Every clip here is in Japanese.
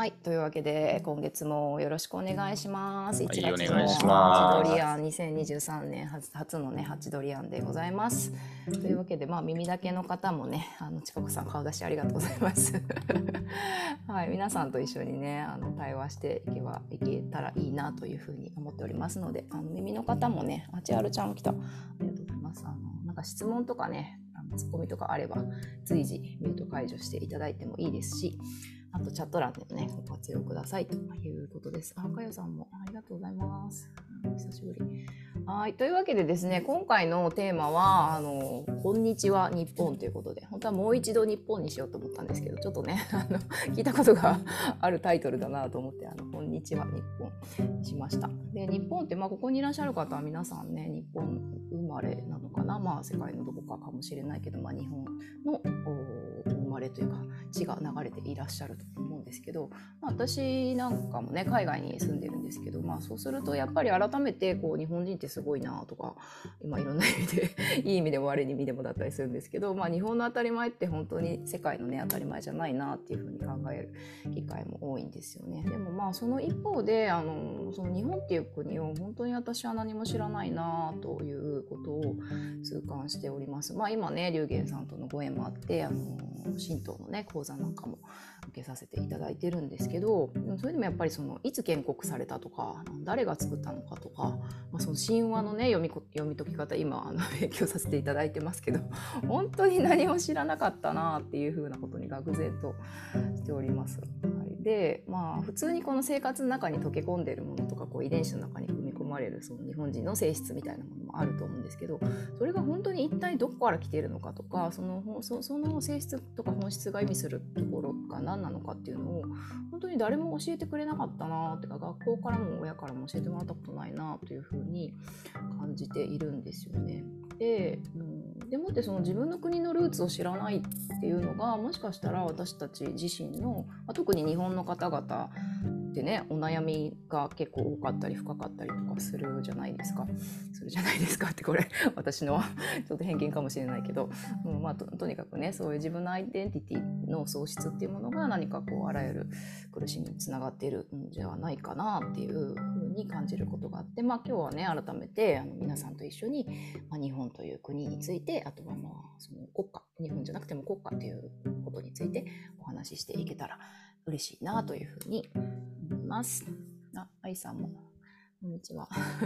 はい、というわけで今月もよろしくお願いします。1 はい、お月の願いしハます。 チドリアン2023年初のねハチドリアンでございます。というわけで耳だけの方もねちかこさん顔出しありがとうございます。はい、皆さんと一緒にね対話していけたらいいなというふうに思っておりますので、耳の方もね、あちあるちゃん来た、ありがとうございます。なんか質問とかねツッコミとかあれば随時ミュート解除していただいてもいいですし、あとチャット欄でもねご活用くださいということです。かよさんもありがとうございます。久しぶり。はい、というわけでですね、今回のテーマはこんにちは日本ということで、本当はもう一度日本にしようと思ったんですけど、ちょっとね聞いたことがあるタイトルだなと思ってこんにちは日本にしました。で、日本ってここにいらっしゃる方は皆さんね日本生まれなのかな、世界のどこかかもしれないけど、日本の生まれというか血が流れていらっしゃると思うんですけど、私なんかもね海外に住んでるんですけど、そうするとやっぱり改めて日本人ってすごいなとか、今いろんな意味でいい意味でも悪い意味でもだったりするんですけど、日本の当たり前って本当に世界のね当たり前じゃないなっていうふうに考える機会も多いんですよね。でもその一方でその日本っていう国を本当に私は何も知らないなということを痛感しております。今ね龍玄さんとのご縁もあって神道のね講座なんかも受けさせていただいてるんですけど、それでもやっぱりいつ建国されたとか誰が作ったのかとか、その神話のね読み解き方今勉強させていただいてますけど、本当に何も知らなかったなっていうふうなことに愕然としております。で普通にこの生活の中に溶け込んでいるものとか遺伝子の中に組み込まれるその日本人の性質みたいなものもあると思うんですけど、それが本当に一体どこから来ているのかとか、その性質とか本質が意味するところが何なのかっていうのを本当に誰も教えてくれなかったなっていうか、学校からも親からも教えてもらったことないなというふうに感じているんですよね。でもってその自分の国のルーツを知らないっていうのが、もしかしたら私たち自身の、特に日本の方々ってねお悩みが結構多かったり深かったりとかするじゃないですか。ってこれ私のちょっと偏見かもしれないけど、とにかくねそういう自分のアイデンティティの喪失っていうものが何かあらゆる苦しみにつながっているんじゃないかなっていうふうに感じることがあって、今日はね改めて皆さんと一緒に、日本という国について、あとはその国家、日本じゃなくても国家ということについてお話ししていけたら嬉しいなというふうに思います。愛さんもこんにちは。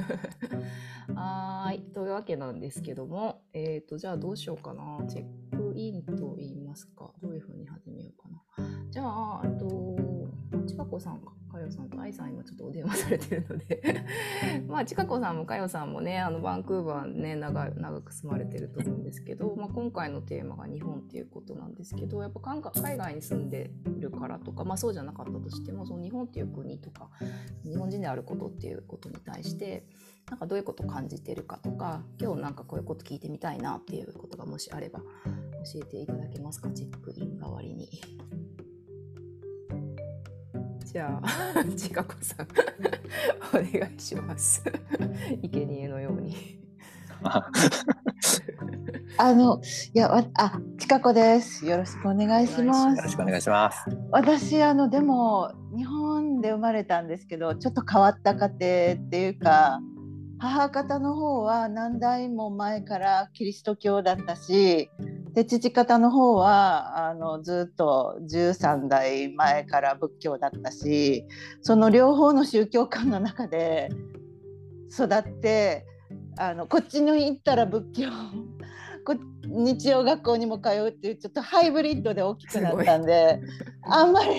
はい、というわけなんですけども、じゃあどうしようかな。チェックインと言いますか、どういうふうに始めようかな。じゃあ、ちかこさん、かよさんと愛さん今ちょっとお電話されてるのでちかこさんもかよさんもねバンクーバーね長く住まれてると思うんですけど、今回のテーマが日本っていうことなんですけど、やっぱ海外に住んでるからとか、そうじゃなかったとしても、その日本っていう国とか日本人であることっていうことに対してなんかどういうことを感じてるかとか、今日なんかこういうこと聞いてみたいなっていうことがもしあれば教えていただけますか、チェックイン代わりに。じゃあちかこさんお願いします生贄のようにちかこです。よろしくお願いします。 よろしくお願いします。 私でも日本で生まれたんですけど、ちょっと変わった家庭っていうか、母方の方は何代も前からキリスト教だったし、で父方の方はずっと13代前から仏教だったし、その両方の宗教観の中で育って、こっちに行ったら仏教日曜学校にも通うっていうちょっとハイブリッドで大きくなったんで、あんまり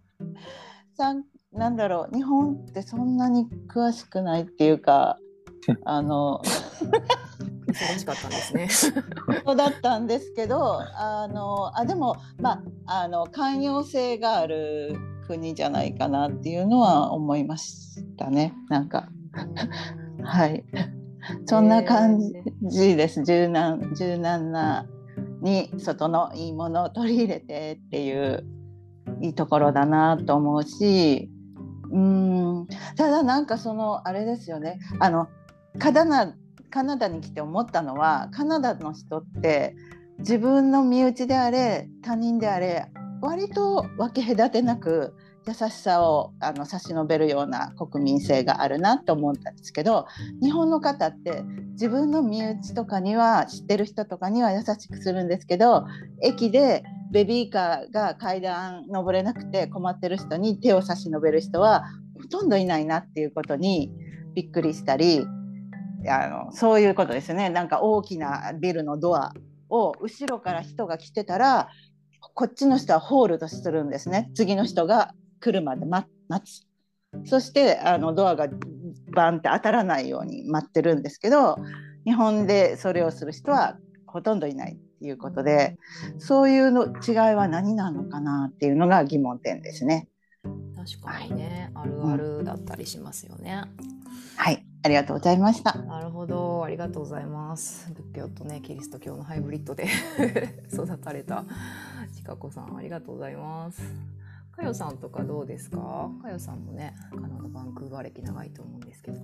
なんだろう、日本ってそんなに詳しくないっていうか忙しかったんですねそうだったんですけど、でも寛容性がある国じゃないかなっていうのは思いましたね。なんかはいそんな感じです。柔軟なに外のいいものを取り入れてっていういいところだなと思うし、ただなんかあれですよね、カナダに来て思ったのは、カナダの人って自分の身内であれ他人であれ割と分け隔てなく優しさを差し伸べるような国民性があるなと思ったんですけど、日本の方って自分の身内とかには、知ってる人とかには優しくするんですけど、駅でベビーカーが階段登れなくて困ってる人に手を差し伸べる人はほとんどいないなっていうことにびっくりしたり、そういうことですね。なんか大きなビルのドアを後ろから人が来てたら、こっちの人はホールドするんですね。次の人が来るまで待つ。そしてドアがバンって当たらないように待ってるんですけど、日本でそれをする人はほとんどいないっていうことで、そういうの違いは何なのかなっていうのが疑問点ですね。 確かにね、あるあるだったりしますよね。 はい、ありがとうございました。 なるほど、ありがとうございます。仏教とね、キリスト教のハイブリッドで育たれたちかこさん、ありがとうございます。かよさんとかどうですか？かよさんもね、カナダバンクーバー歴長いと思うんですけど。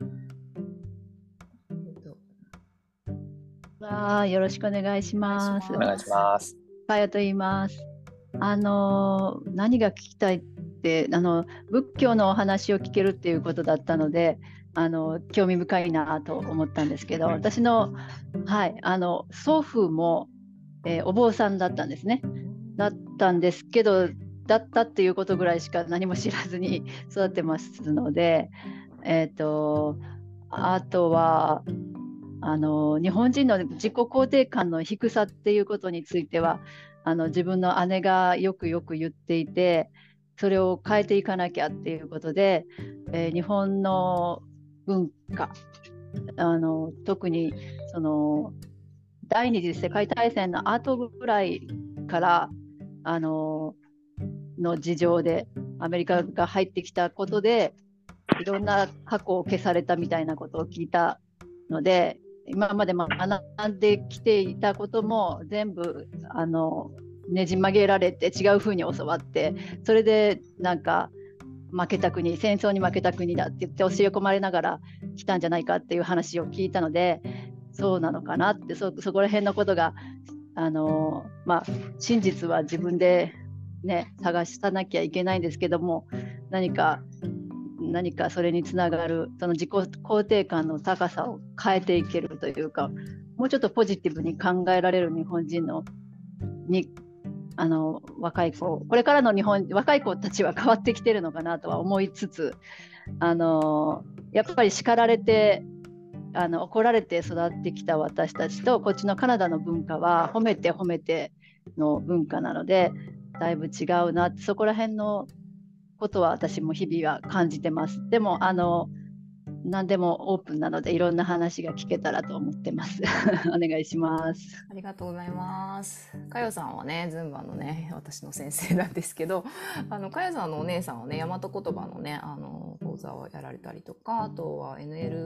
よろしくお願いします。 お願いします。 かよと言います。何が聞きたいって、仏教のお話を聞けるっていうことだったので、興味深いなと思ったんですけど、私の、祖父も、お坊さんだったんですね。だったんですけど、だったっていうことぐらいしか何も知らずに育ってますので、あとは日本人の自己肯定感の低さっていうことについては自分の姉がよく言っていて、それを変えていかなきゃっていうことで、日本の文化、特にその第二次世界大戦の後ぐらいからの事情でアメリカが入ってきたことでいろんな過去を消されたみたいなことを聞いたので、今まで学んできていたことも全部ねじ曲げられて違う風に教わって、それでなんか負けた国、戦争に負けた国だって言って教え込まれながら来たんじゃないかっていう話を聞いたので、そうなのかなって、そこら辺のことが真実は自分でね探さなきゃいけないんですけども、何かそれにつながるその自己肯定感の高さを変えていけるというか、もうちょっとポジティブに考えられる日本人に若い子、これからの若い子たちは変わってきてるのかなとは思いつつ、やっぱり叱られて怒られて育ってきた私たちとこっちのカナダの文化は褒めての文化なので、だいぶ違うなって、そこら辺のことは私も日々は感じてます。でも何でもオープンなのでいろんな話が聞けたらと思ってますお願いします。 ありがとうございます。かよさんはね、ズンバのね、私の先生なんですけど、かよさんのお姉さんはね、大和言葉のね、講座をやられたりとか、あとは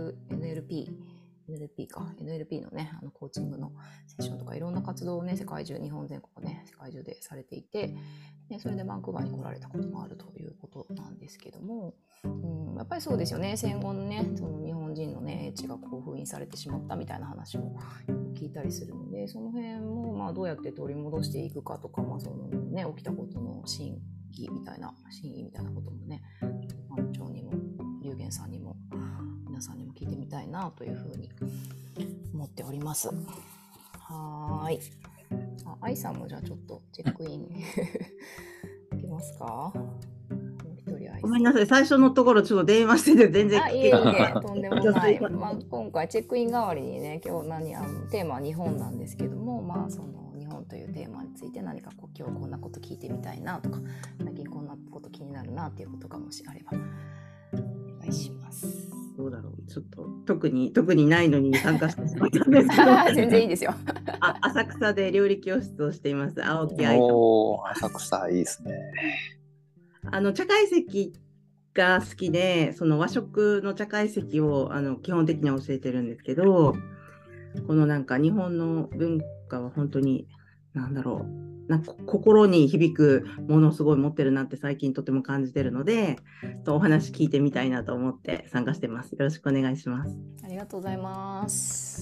NLP のね、コーチングのセッションとかいろんな活動をね、世界中、日本全国ね、世界中でされていて、ね、それでバンクーバーに来られたこともあるということなんですけども、やっぱりそうですよね、戦後のね、その日本人のね、英知がこう封印されてしまったみたいな話を聞いたりするので、その辺もどうやって取り戻していくかとか、そのね、起きたことの真意みたいなこともね、班長にも龍玄さんにも皆さんにも聞いてみたいなというふうに思っております。はーい。愛さんもじゃあちょっとチェックインいけますか？ ごめんなさい、最初のところちょっと電話してて全然聞けない。 とんでもない。今回チェックイン代わりにね、今日テーマは日本なんですけども、その日本というテーマについて何か今日こんなこと聞いてみたいなとか、最近こんなこと気になるなっていうことがもしあればお願いします。 どうだろう、ちょっと特にないのに参加してしまったんですけど全然いいですよ浅草で料理教室をしています青木愛と。浅草いいですね。 茶会席が好きで、その和食の茶会席を基本的には教えてるんですけど、このなんか日本の文化は本当になんだろう、なんか心に響くものをすごい持ってるなって最近とても感じてるので、お話聞いてみたいなと思って参加してます。よろしくお願いします。 ありがとうございます。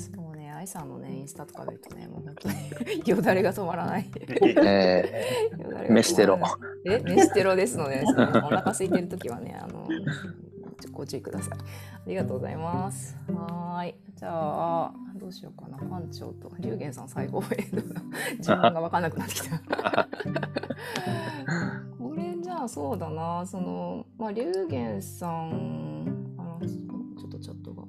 もうね、愛さんのね、インスタとか見るとね、もう本当によだれが止まらない。よだれが止まらない。 飯テロ。 飯テロですので、お腹空いてるときはね、ご注意ください。ありがとうございます。はい。じゃあ、どうしようかな。パンチョと龍玄さん最後、順番が分かんなくなってきた。これじゃあそうだな、龍玄さん、ちょっとチャットが。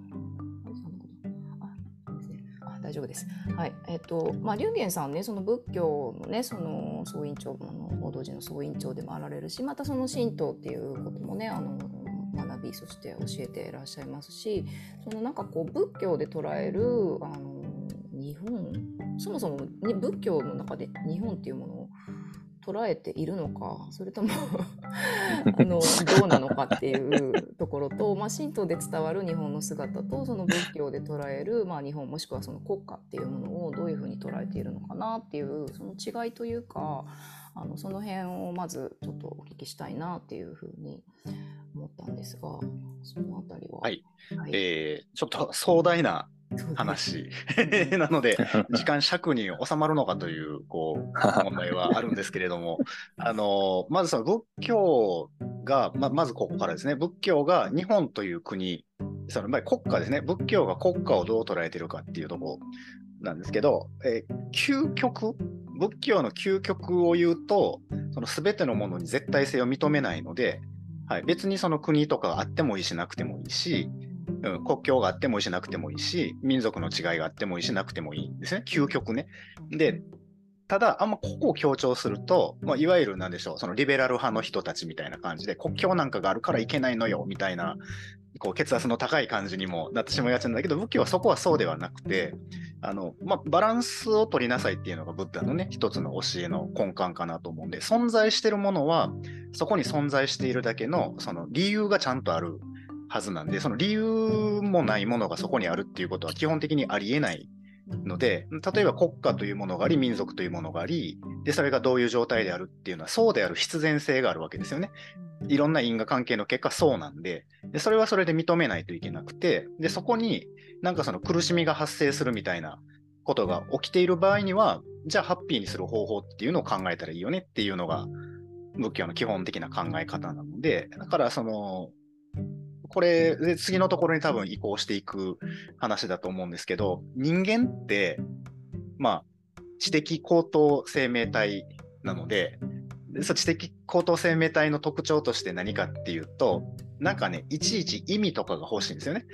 大丈夫です。はい。龍玄さんね、その仏教のね、総院長、報道陣の総院長でもあられるし、またその神道っていうこともね、学び、そして教えていらっしゃいますし、なんかこう仏教で捉える日本、そもそも、ね、仏教の中で日本っていうものを捉えているのか、それともどうなのかっていうところと、神道で伝わる日本の姿と、その仏教で捉える、日本もしくはその国家っていうものをどういうふうに捉えているのかなっていう、その違いというか、その辺をまずちょっとお聞きしたいなっていうふうに思ったんですが、そのあたりは。 はい。ちょっと壮大な話なので、時間尺に収まるのかという問題はあるんですけれども、まずその仏教が、まずここからですね、仏教が日本という国、国家ですね、仏教が国家をどう捉えているかっていうところなんですけど、究極、仏教の究極を言うと、その全てのものに絶対性を認めないので、はい、別にその国とかがあってもいいしなくてもいいし、国境があってもいいしなくてもいいし、民族の違いがあってもいいしなくてもいいんですね、究極ね。で、ただ、あんまここを強調すると、いわゆるなんでしょう、そのリベラル派の人たちみたいな感じで、国境なんかがあるからいけないのよみたいな、血圧の高い感じにもなってしまいがちなんだけど、仏教はそこはそうではなくて、バランスを取りなさいっていうのがブッダのね、一つの教えの根幹かなと思うんで、存在しているものは、そこに存在しているだけの、その理由がちゃんとあるはずなんで、その理由もないものがそこにあるっていうことは基本的にありえないので、例えば国家というものがあり、民族というものがあり、で、それがどういう状態であるっていうのは、そうである必然性があるわけですよね。いろんな因果関係の結果、そうなんで、それはそれで認めないといけなくて、で、そこになんかその苦しみが発生するみたいなことが起きている場合には、じゃあハッピーにする方法っていうのを考えたらいいよねっていうのが仏教の基本的な考え方なので、だからこれで次のところに多分移行していく話だと思うんですけど、人間って知的高等生命体なので、知的高等生命体の特徴として何かっていうと、なんかね、いちいち意味とかが欲しいんですよね。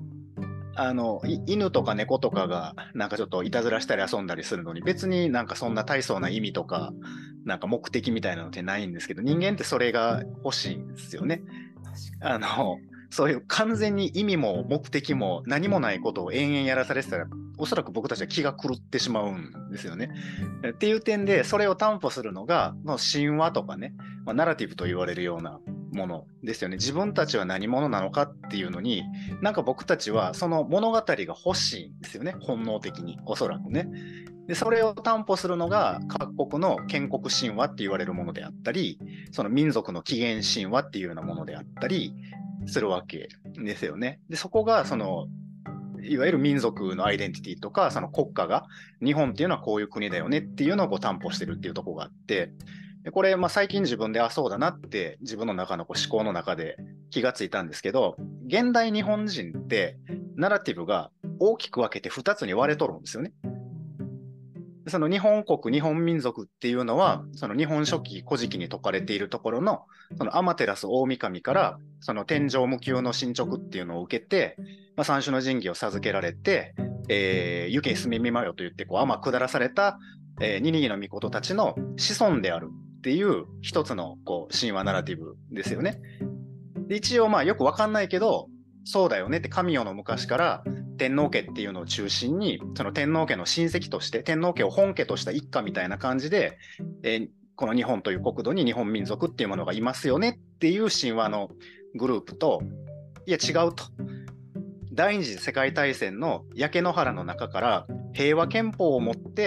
犬とか猫とかがなんかちょっといたずらしたり遊んだりするのに、別になんかそんな大層な意味とかなんか目的みたいなのってないんですけど、人間ってそれが欲しいんですよね。そういう完全に意味も目的も何もないことを延々やらされてたら、おそらく僕たちは気が狂ってしまうんですよね。っていう点で、それを担保するのが神話とかね、ナラティブと言われるようなものですよね。自分たちは何者なのかっていうのに、なんか僕たちはその物語が欲しいんですよね、本能的に、おそらくね。で、それを担保するのが各国の建国神話って言われるものであったり、その民族の起源神話っていうようなものであったりするわけですよね。で、そこがいわゆる民族のアイデンティティとか、その国家が日本っていうのはこういう国だよねっていうのを担保してるっていうところがあって、でこれ最近自分でそうだなって自分の中の思考の中で気がついたんですけど、現代日本人ってナラティブが大きく分けて2つに割れとるんですよね。その日本国、日本民族っていうのは、その日本書紀、古事記に説かれているところの、その天照大神から、その天上無窮の進捗っていうのを受けて、三種の神器を授けられて、行け住みみまよと言って天下らされた、ニニギの御事たちの子孫であるっていう一つの神話ナラティブですよね。で一応よくわかんないけど、そうだよねって、神代の昔から天皇家っていうのを中心に、その天皇家の親戚として、天皇家を本家とした一家みたいな感じで、この日本という国土に日本民族っていうものがいますよねっていう神話のグループと、いや違うと。第二次世界大戦の焼け野原の中から平和憲法を持って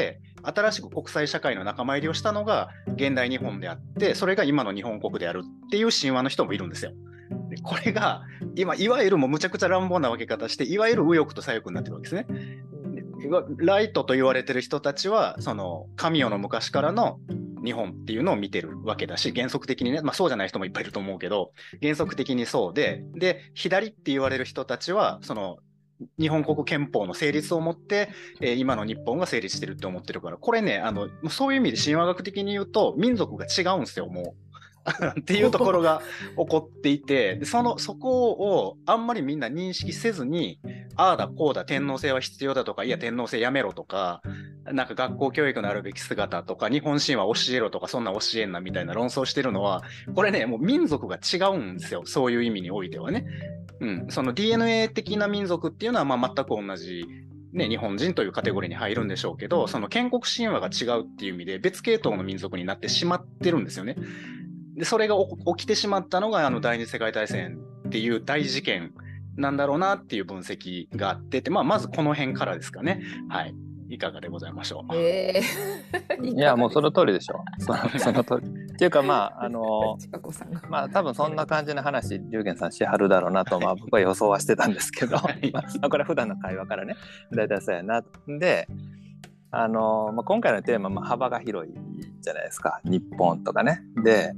新しく国際社会の仲間入りをしたのが現代日本であって、それが今の日本国であるっていう神話の人もいるんですよ。でこれが今いわゆるもうむちゃくちゃ乱暴な分け方して、いわゆる右翼と左翼になってるわけですね。ライトと言われてる人たちはその神代の昔からの日本っていうのを見てるわけだし、原則的にね、まあ、そうじゃない人もいっぱいいると思うけど、原則的にそうで、左って言われる人たちはその日本国憲法の成立をもって、今の日本が成立してるって思ってるから、これね、そういう意味で神話学的に言うと民族が違うんですよ、もう。っていうところが起こっていて、そこをあんまりみんな認識せずに、ああだこうだ天皇制は必要だとか、いや天皇制やめろとか、なんか学校教育のあるべき姿とか、日本神話教えろとか、そんな教えんなみたいな論争してるのは、これね、もう民族が違うんですよ、そういう意味においてはね。その DNA 的な民族っていうのはまあ全く同じ。ね、日本人というカテゴリーに入るんでしょうけど、その建国神話が違うっていう意味で別系統の民族になってしまってるんですよね。でそれが起きてしまったのが第二次世界大戦っていう大事件なんだろうなっていう分析があって、まあ、まずこの辺からですかね。はい。いかがでございましょう。 いや、もうその通りでしょ。その通り。っていうか、まあ、まあ、多分そんな感じの話、龍玄さんしはるだろうなと、まあ、僕は予想はしてたんですけど、まあ、これは普段の会話からね、大体そうやな。で、まあ、今回のテーマ、幅が広いじゃないですか。日本とかね。で、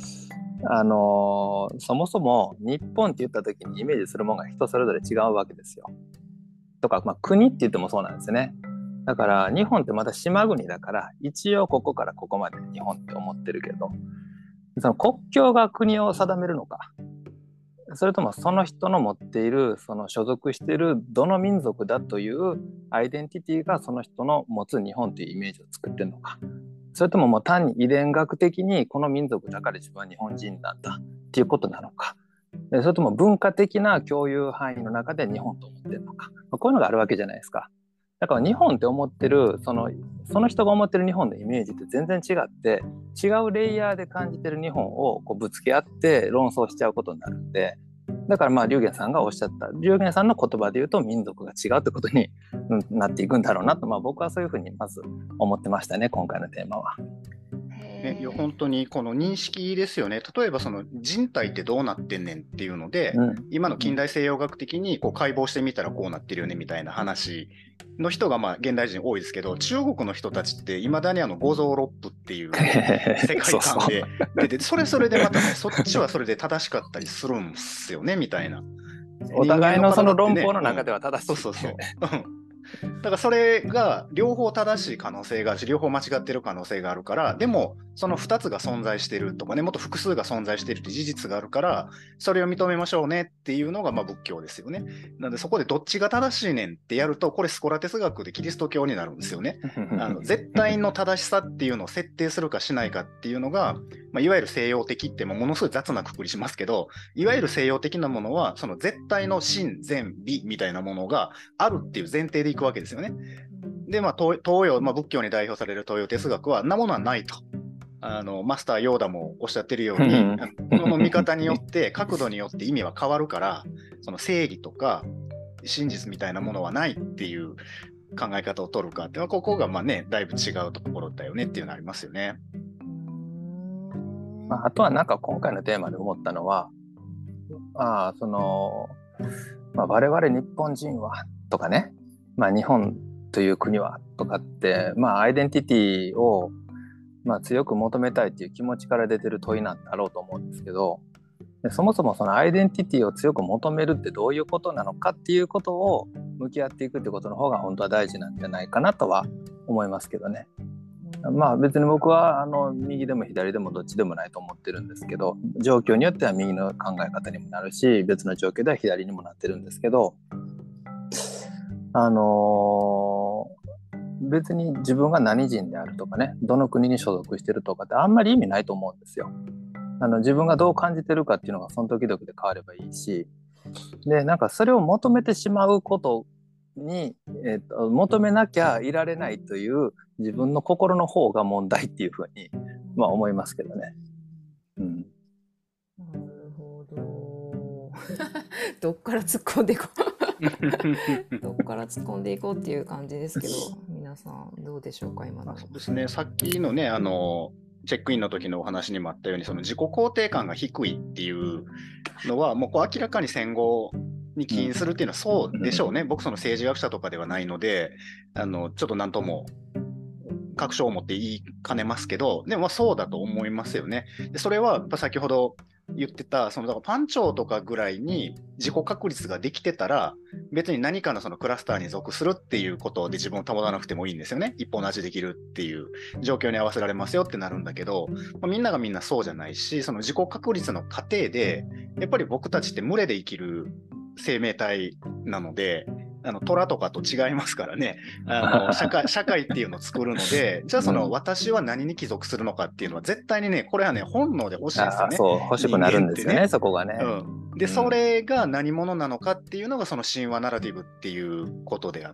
そもそも日本って言った時にイメージするものが人それぞれ違うわけですよ。とか、まあ、国って言ってもそうなんですね。だから日本ってまた島国だから、一応ここからここまで日本って思ってるけど、その国境が国を定めるのか、それともその人の持っている、その所属しているどの民族だというアイデンティティがその人の持つ日本というイメージを作ってるのか、それとももう単に遺伝学的にこの民族だから自分は日本人なんだっていうことなのか、それとも文化的な共有範囲の中で日本と思ってるのか、こういうのがあるわけじゃないですか。だから日本って思ってるその人が思ってる日本のイメージって全然違って、違うレイヤーで感じてる日本をこうぶつけ合って論争しちゃうことになるんで、だからまあ龍玄さんがおっしゃった龍玄さんの言葉で言うと民族が違うってことになっていくんだろうなと、まあ、僕はそういうふうにまず思ってましたね、今回のテーマは。 いや本当にこの認識ですよね。例えばその人体ってどうなってんねんっていうので、今の近代西洋学的にこう解剖してみたらこうなってるよねみたいな話の人がまあ現代人多いですけど、中国の人たちっていまだに五臓六腑っていう世界観でそれでまたね、そっちはそれで正しかったりするんですよねみたいな。 お互いのその論法の中では正しい、 そうだからそれが両方正しい可能性があるし、両方間違ってる可能性があるから、でもその2つが存在してるとかね、もっと複数が存在してるって事実があるから、それを認めましょうねっていうのがまあ仏教ですよね。なのでそこでどっちが正しいねんってやると、これスコラ哲学でキリスト教になるんですよね。絶対の正しさっていうのを設定するかしないかっていうのが、まあ、いわゆる西洋的ってものすごい雑なくくりしますけど、いわゆる西洋的なものはその絶対の真善美みたいなものがあるっていう前提でいくわけですよね。で、まあ、東洋、まあ、仏教に代表される東洋哲学は、んなものはないと。マスター・ヨーダもおっしゃってるように、この見方によって、角度によって意味は変わるから、その正義とか真実みたいなものはないっていう考え方を取るかっていうのは、ここがまあね、だいぶ違うところだよねっていうのありますよね。 まあ、あとはなんか今回のテーマで思ったのは、まあ、我々日本人はとかね、まあ、日本という国はとかって、まあ、アイデンティティを、まあ、強く求めたいっていう気持ちから出てる問いなんだろうと思うんですけど、そもそもそのアイデンティティを強く求めるってどういうことなのかっていうことを向き合っていくってことの方が本当は大事なんじゃないかなとは思いますけどね。まあ別に僕は右でも左でもどっちでもないと思ってるんですけど、状況によっては右の考え方にもなるし、別の状況では左にもなってるんですけど、別に自分が何人であるとかね、どの国に所属してるとかってあんまり意味ないと思うんですよ。自分がどう感じてるかっていうのがその時々で変わればいいし、でなんかそれを求めてしまうことに、求めなきゃいられないという自分の心の方が問題っていうふうに、まあ、思いますけどね。 なるほど。どっから突っ込んでいこうどっから突っ込んでいこうっていう感じですけど、皆皆さんどうでしょうか今の。 そうですね、さっきのね、チェックインの時のお話にもあったように、その自己肯定感が低いっていうのは、もうこう明らかに戦後に起因するっていうのはそうでしょうね。僕、その政治学者とかではないので、ちょっと何とも確証を持って言いかねますけど、でもそうだと思いますよね。でそれはやっぱ先ほど言ってた、そのだからパン長とかぐらいに自己確立ができてたら、別に何かのそのクラスターに属するっていうことで自分を保たなくてもいいんですよね。一本立ちできるっていう状況に合わせられますよってなるんだけど、みんながみんなそうじゃないし、その自己確立の過程で、やっぱり僕たちって群れで生きる生命体なので、虎とかと違いますからね、社会っていうのを作るので、じゃあその私は何に帰属するのかっていうのは絶対にね、これはね、本能で欲しいですよね。 そう、欲しくなるんですよね、そこがね。 で、それが何者なのかっていうのがその神話ナラティブっていうことであって、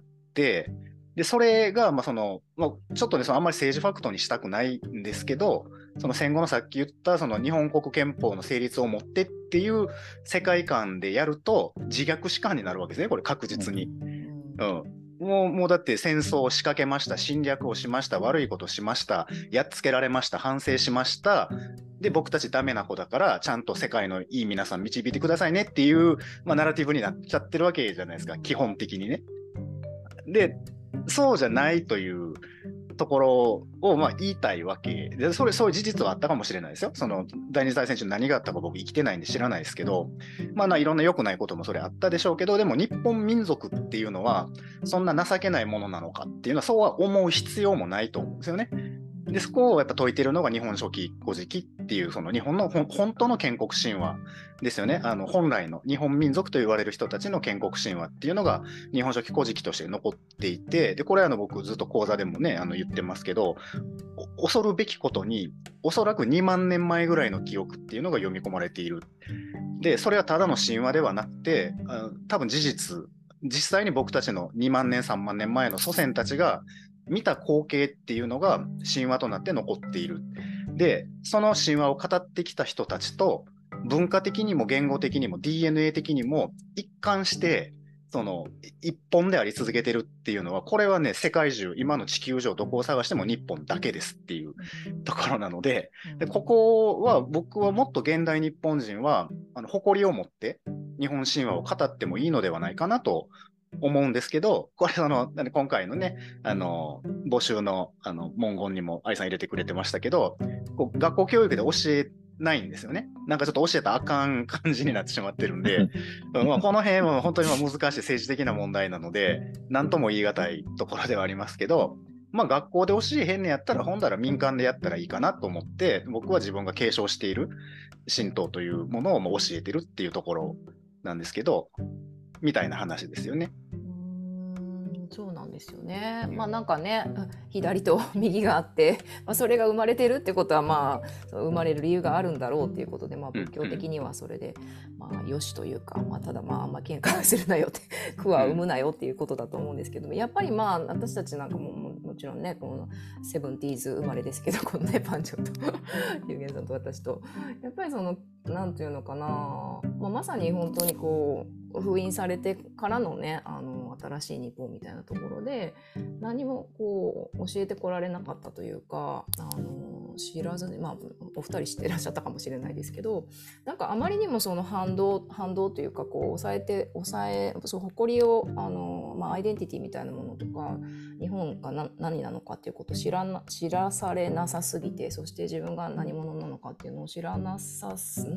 で、それが、ちょっとね、あんまり政治ファクトにしたくないんですけど、その戦後のさっき言ったその日本国憲法の成立をもってっていう世界観でやると自虐史観になるわけですね、これ確実に。もうだって戦争を仕掛けました、侵略をしました、悪いことしました、やっつけられました、反省しました。で、僕たちダメな子だからちゃんと世界のいい皆さん導いてくださいねっていう、ナラティブになっちゃってるわけじゃないですか、基本的にね。で、そうじゃないというところを言いたいわけで、そういう事実はあったかもしれないですよ。その第二次大戦中何があったか僕生きてないんで知らないですけど、いろんな良くないこともそれあったでしょうけど、でも日本民族っていうのはそんな情けないものなのかっていうのはそうは思う必要もないと思うんですよね。で、そこをやっぱ説いてるのが日本書紀古事記っていうその日本の本当の建国神話ですよね。本来の日本民族と言われる人たちの建国神話っていうのが日本書紀古事記として残っていて、で、これ僕ずっと講座でもね、言ってますけど、恐るべきことにおそらく2万年前ぐらいの記憶っていうのが読み込まれている。で、それはただの神話ではなくて、多分実際に僕たちの2万年3万年前の祖先たちが見た光景っていうのが神話となって残っている。で、その神話を語ってきた人たちと文化的にも言語的にも DNA 的にも一貫してその一本であり続けてるっていうのは、これはね、世界中今の地球上どこを探しても日本だけですっていうところなので、ここは僕はもっと現代日本人は誇りを持って日本神話を語ってもいいのではないかなと思うんですけど、これ今回のね、募集の文言にも愛さん入れてくれてましたけど、学校教育で教えないんですよね。なんかちょっと教えたらあかん感じになってしまってるんで、この辺は本当に難しい政治的な問題なので、何とも言い難いところではありますけど、学校で教えへんねやったら、本なら民間でやったらいいかなと思って、僕は自分が継承している神道というものを教えてるっていうところなんですけど、みたいな話ですよね。 そうなんですよね。なんかね、左と右があって、それが生まれてるってことは生まれる理由があるんだろうっていうことで、仏教的にはそれでよしというか、ただあんま喧嘩するなよって苦は生むなよっていうことだと思うんですけども、やっぱり私たちなんかもちろんね、このセブンティーズ生まれですけど、このねパンチョとゆうげんさんと私と、やっぱりなんていうのかな、まさに本当に封印されてからのね、新しい日本みたいなところで何も教えてこられなかったというか、知らずに、お二人知ってらっしゃったかもしれないですけど、なんかあまりにもその反動というか抑えそう誇りをアイデンティティみたいなものとか日本が何なのかっていうことを知らされなさすぎて、そして自分が何者なのかっていうのを知らなさす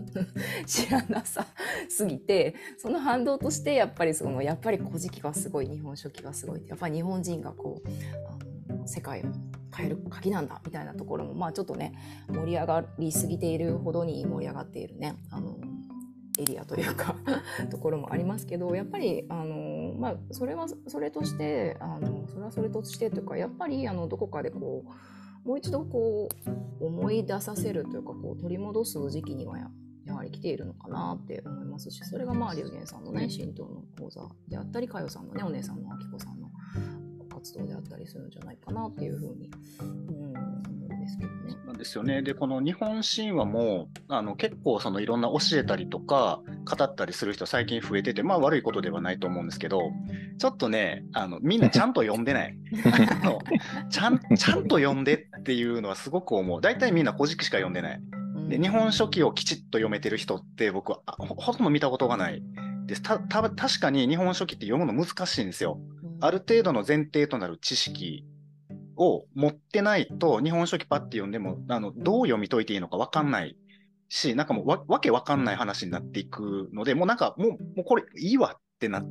ぎて、その反動としてやっぱり古事記がすごい、日本書紀がすごいって、やっぱり日本人が世界を変える鍵なんだみたいなところもちょっとね、盛り上がりすぎているほどに盛り上がっているねエリアというかところもありますけど、やっぱりそれはそれとしてというか、やっぱりどこかでもう一度思い出させるというか取り戻す時期にはやはり来ているのかなって思いますし、それが龍玄さんのね神道の講座であったり、佳代さんのねお姉さんの明子さんの活動であったりするんじゃないかなっていうふうに思うんですけどね。 ですよね。で、この日本神話も結構いろんな教えたりとか語ったりする人最近増えてて、まあ悪いことではないと思うんですけど、ちょっとね、みんなちゃんと読んでない。ちゃんと読んでっていうのはすごく思う。大体みんな古事記しか読んでない。で、日本書紀をきちっと読めてる人って僕はほとんど見たことがないです。確かに日本書紀って読むの難しいんですよ。ある程度の前提となる知識を持ってないと日本書紀パッて読んでもどう読み解いていいのか分かんないし、なんかもうわけ分かんない話になっていくので、もうなんかもうこれいいわってなって、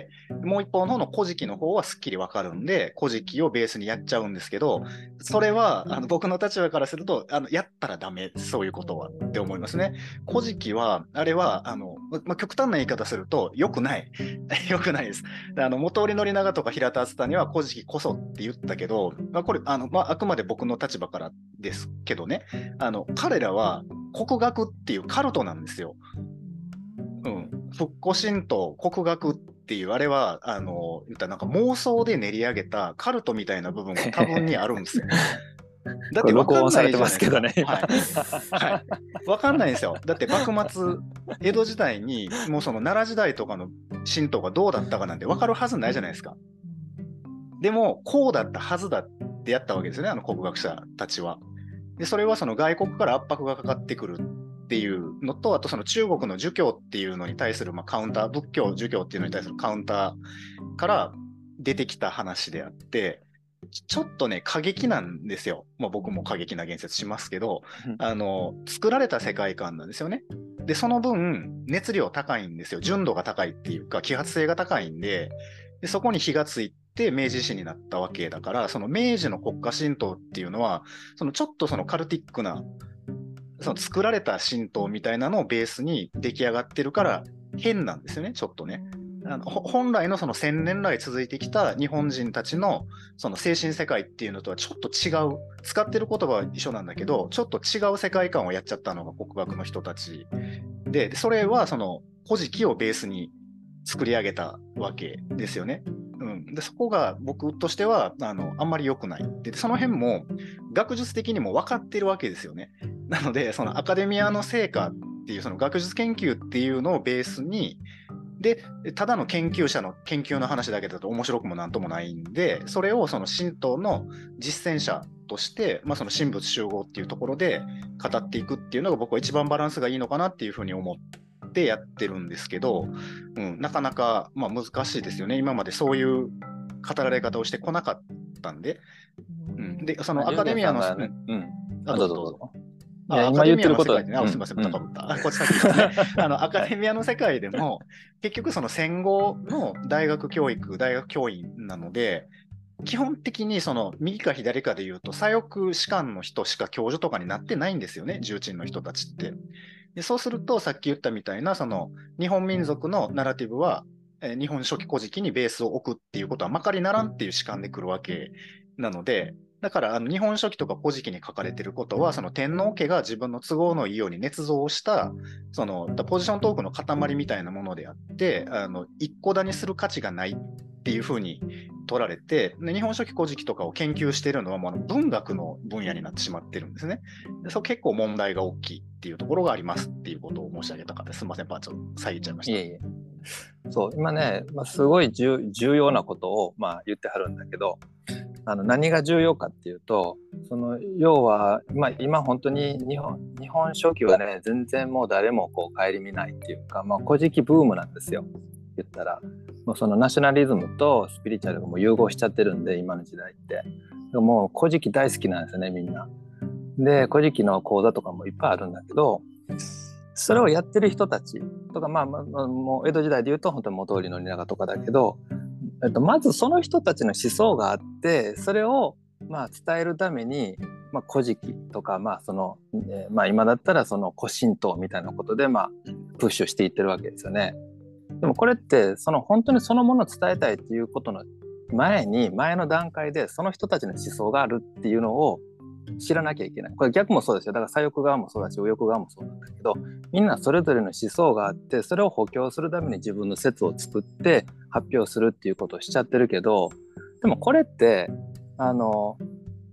もう一方の方の古事記の方はすっきり分かるんで古事記をベースにやっちゃうんですけど、それは僕の立場からするとやったらダメ、そういうことはって思いますね。古事記はあれは極端な言い方すると良くない良くないです。元織宣長とか平田篤谷は古事記こそって言ったけど、これあくまで僕の立場からですけどね、彼らは国学っていうカルトなんですよ。復古神道国学っていうあれは言ったらなんか妄想で練り上げたカルトみたいな部分が多分にあるんですよ。だって分かんないじゃないですか。はい、分かんないんですよ。だって幕末江戸時代にもう奈良時代とかの神道がどうだったかなんて分かるはずないじゃないですか。でもこうだったはずだってやったわけですよね、国学者たちは。でそれは外国から圧迫がかかってくるっていうのと、あと中国の儒教っていうのに対するカウンター、仏教儒教っていうのに対するカウンターから出てきた話であって、ちょっとね過激なんですよ。僕も過激な言説しますけど、作られた世界観なんですよね。でその分熱量高いんですよ。純度が高いっていうか揮発性が高いんで、そこに火がついて明治維新になったわけだから、明治の国家神道っていうのはちょっとカルティックな作られた神道みたいなのをベースに出来上がってるから変なんですよね、ちょっとね。本来の1000年来続いてきた日本人たちの精神世界っていうのとはちょっと違う、使ってる言葉は一緒なんだけどちょっと違う世界観をやっちゃったのが国学の人たちで、それは古事記をベースに作り上げたわけですよね。でそこが僕としてはあんまり良くない。でその辺も学術的にも分かってるわけですよね。なのでアカデミアの成果っていう学術研究っていうのをベースに、でただの研究者の研究の話だけだと面白くもなんともないんで、それを神道の実践者として、神仏集合っていうところで語っていくっていうのが僕は一番バランスがいいのかなっていうふうに思ってやってるんですけど、なかなか難しいですよね。今までそういう語られ方をしてこなかったんで、でアカデミアのどうぞ。 アカデミアの世界でね、すみません、高ぶった。こっち先ですね。アカデミアの世界でも、結局戦後の大学教員なので、基本的に右か左かで言うと、左翼士官の人しか教授とかになってないんですよね、重鎮の人たちって。でそうすると、さっき言ったみたいな、日本民族のナラティブは、日本書紀古事記にベースを置くっていうことはまかりならんっていう士官で来るわけなので、だから日本書紀とか古事記に書かれていることは天皇家が自分の都合のいいように捏造したポジショントークの塊みたいなものであって一個だにする価値がないっていうふうに取られて、で日本書紀古事記とかを研究しているのはもう文学の分野になってしまってるんですね。でそこ結構問題が大きいっていうところがありますっていうことを申し上げたかったです。すみません、ちょっと遮っちゃいました。 いえいえ。そう今ね、すごい重要なことを言ってはるんだけど、何が重要かっていうと、要は、今本当に日本書紀はね全然もう誰も顧みないっていうか、古事記ブームなんですよ。言ったらもうナショナリズムとスピリチュアルがもう融合しちゃってるんで、今の時代ってもう古事記大好きなんですよね、みんな。で古事記の講座とかもいっぱいあるんだけど、それをやってる人たちとか、もう江戸時代でいうと本当に元織宣長とかだけど、まずその人たちの思想があって、それを伝えるために、古事記とか、今だったら古神道みたいなことでプッシュしていってるわけですよね。でもこれって本当にそのものを伝えたいっていうことの前の段階でその人たちの思想があるっていうのを知らなきゃいけない。これ逆もそうですよ。だから左翼側もそうだし右翼側もそうなんだけど、みんなそれぞれの思想があって、それを補強するために自分の説を作って発表するっていうことをしちゃってるけど、でもこれって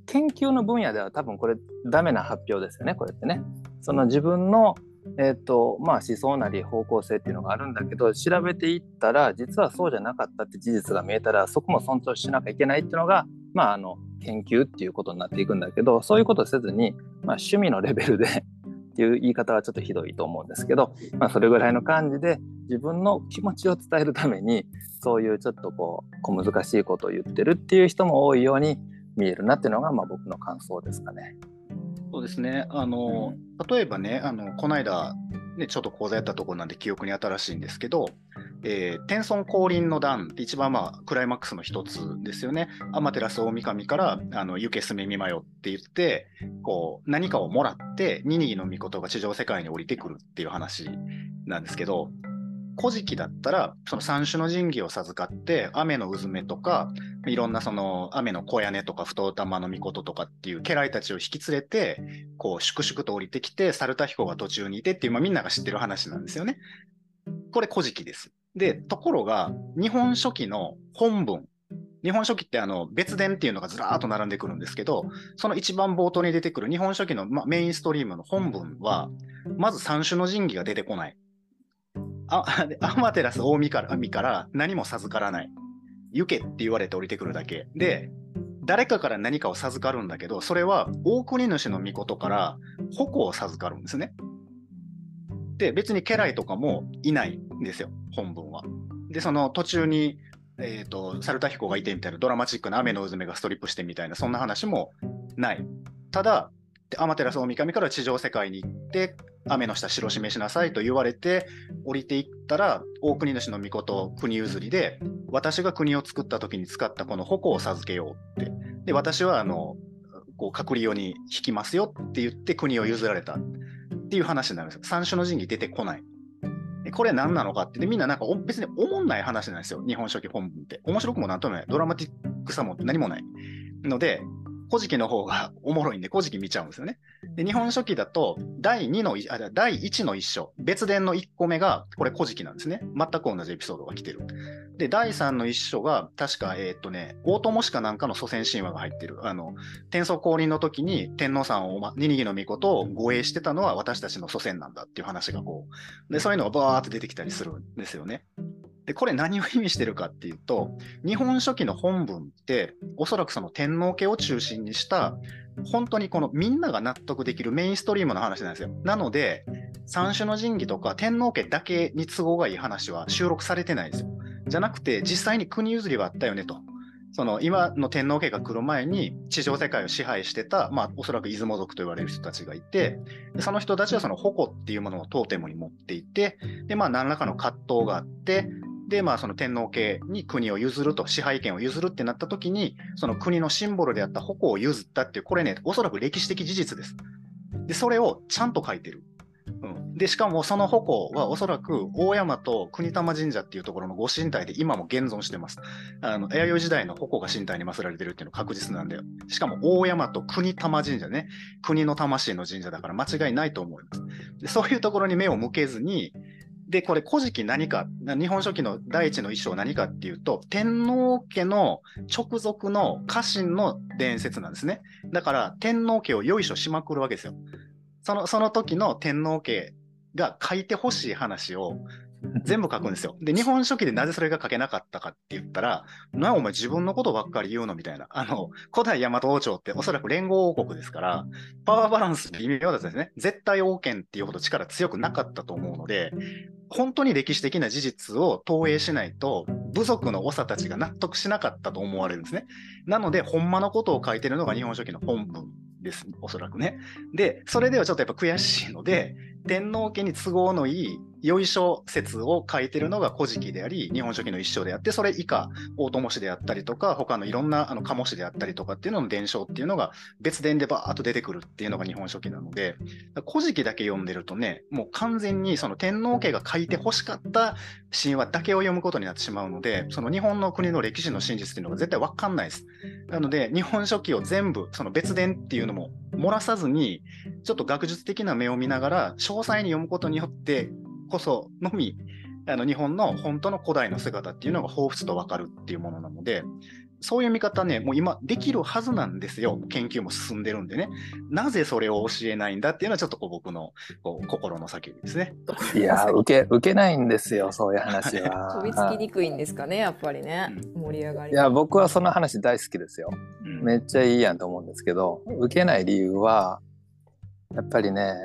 研究の分野では多分これダメな発表ですよね、これってね。その自分の、まあ、思想なり方向性っていうのがあるんだけど、調べていったら実はそうじゃなかったって事実が見えたら、そこも尊重しなきゃいけないっていうのが、まあ、研究っていうことになっていくんだけど、そういうことせずに、まあ、趣味のレベルでっていう言い方はちょっとひどいと思うんですけど、まあ、それぐらいの感じで自分の気持ちを伝えるためにそういうちょっと小難しいことを言ってるっていう人も多いように見えるなっていうのが、まあ、僕の感想ですかね。 そうですね。例えばね、この間、ね、ちょっと講座やったところなんで記憶に新しいんですけど、天孫降臨の段って一番クライマックスの一つですよね。天照大神から行けすめ見まよって言って、何かをもらってニニギの御事が地上世界に降りてくるっていう話なんですけど、古事記だったらその三種の神器を授かって雨のうずめとかいろんなその雨の小屋根とか太玉の御事とかっていう家来たちを引き連れて粛々と降りてきて猿田彦が途中にいてっていう、みんなが知ってる話なんですよね。これ古事記です。でところが日本書紀の本文、日本書紀って別伝っていうのがずらーっと並んでくるんですけど、その一番冒頭に出てくる日本書紀の、メインストリームの本文はまず三種の神器が出てこない。天照大神から何も授からない。行けって言われて降りてくるだけで、誰かから何かを授かるんだけど、それは大国主の御事から矛を授かるんですね。で、別に家来とかもいないんですよ、本文は。で、その途中に、猿田彦がいてみたいなドラマチックな雨のうずめがストリップしてみたいな、そんな話もない。ただ、天照大神から地上世界に行って、雨の下白示しなさいと言われて降りていったら、大国主の御事国譲りで、私が国を作った時に使ったこの矛を授けようって。で、私は閣僚に引きますよって言って国を譲られたっていう話になるんですよ。三種の神器出てこない。これ何なのかって、みんななんか別に思んない話なんですよ、日本書紀本文って。面白くもなんともない。ドラマティックさも何もない。ので、古事記の方がおもろいんで、古事記見ちゃうんですよね。で、日本書紀だと、第1の一章、別伝の1個目が、これ古事記なんですね。全く同じエピソードが来てる。で、第3の一章が、確か、大友氏かなんかの祖先神話が入ってる。天孫降臨の時に天皇さんを、ニニギの御事を護衛してたのは私たちの祖先なんだっていう話がで、そういうのがバーって出てきたりするんですよね。で、これ何を意味してるかっていうと、日本書紀の本文っておそらくその天皇家を中心にした本当にみんなが納得できるメインストリームの話なんですよ。なので三種の神器とか天皇家だけに都合がいい話は収録されてないんですよ。じゃなくて実際に国譲りはあったよねと。その今の天皇家が来る前に地上世界を支配してた、おそらく出雲族と言われる人たちがいて、その人たちはその矛っていうものをトーテムに持っていて、で何らかの葛藤があって、でその天皇家に国を譲ると、支配権を譲るってなった時に、その国のシンボルであった矛を譲ったっていう、これね、おそらく歴史的事実です。でそれをちゃんと書いてる。でしかもその矛はおそらく大山と国玉神社っていうところのご神体で今も現存してます。弥生時代の矛が神体に祀られてるっていうのは確実なんだよ。しかも大山と国玉神社ね、国の魂の神社だから間違いないと思います。でそういうところに目を向けずに、でこれ古事記何か、日本書紀の第一の一章何かっていうと、天皇家の直属の家臣の伝説なんですね。だから天皇家をよいしょしまくるわけですよ。その時の天皇家が書いてほしい話を全部書くんですよ。で、日本書紀でなぜそれが書けなかったかって言ったら、お前自分のことばっかり言うのみたいな。古代大和王朝っておそらく連合王国ですから、パワーバランス微妙だったんですね。絶対王権っていうほど力強くなかったと思うので、本当に歴史的な事実を投影しないと、部族の長たちが納得しなかったと思われるんですね。なので、ほんまのことを書いてるのが日本書紀の本文です、おそらくね。で、それではちょっとやっぱ悔しいので、天皇家に都合のいいよいしょ説を書いてるのが古事記であり、日本書紀の一章であって、それ以下大友氏であったりとか、他のいろんな鴨氏であったりとかっていうのの伝承っていうのが別伝でバーッと出てくるっていうのが日本書紀なので、古事記だけ読んでるとね、もう完全にその天皇家が書いて欲しかった神話だけを読むことになってしまうので、その日本の国の歴史の真実っていうのが絶対分かんないです。なので日本書紀を全部その別伝っていうのも漏らさずに、ちょっと学術的な目を見ながら詳細に読むことによってこそのみ日本の本当の古代の姿っていうのが彷彿と分かるっていうものなので、 そういう見方ね、もう今できるはずなんですよ。研究も進んでるんでね。なぜそれを教えないんだっていうのはちょっと僕の心の叫びですね。 いや受けないんですよ、そういう話は。 飛びつきにくいんですかね、やっぱりね、盛り上がり。 いや僕はその話大好きですよ。めっちゃいいやんと思うんですけど、受けない理由はやっぱりね、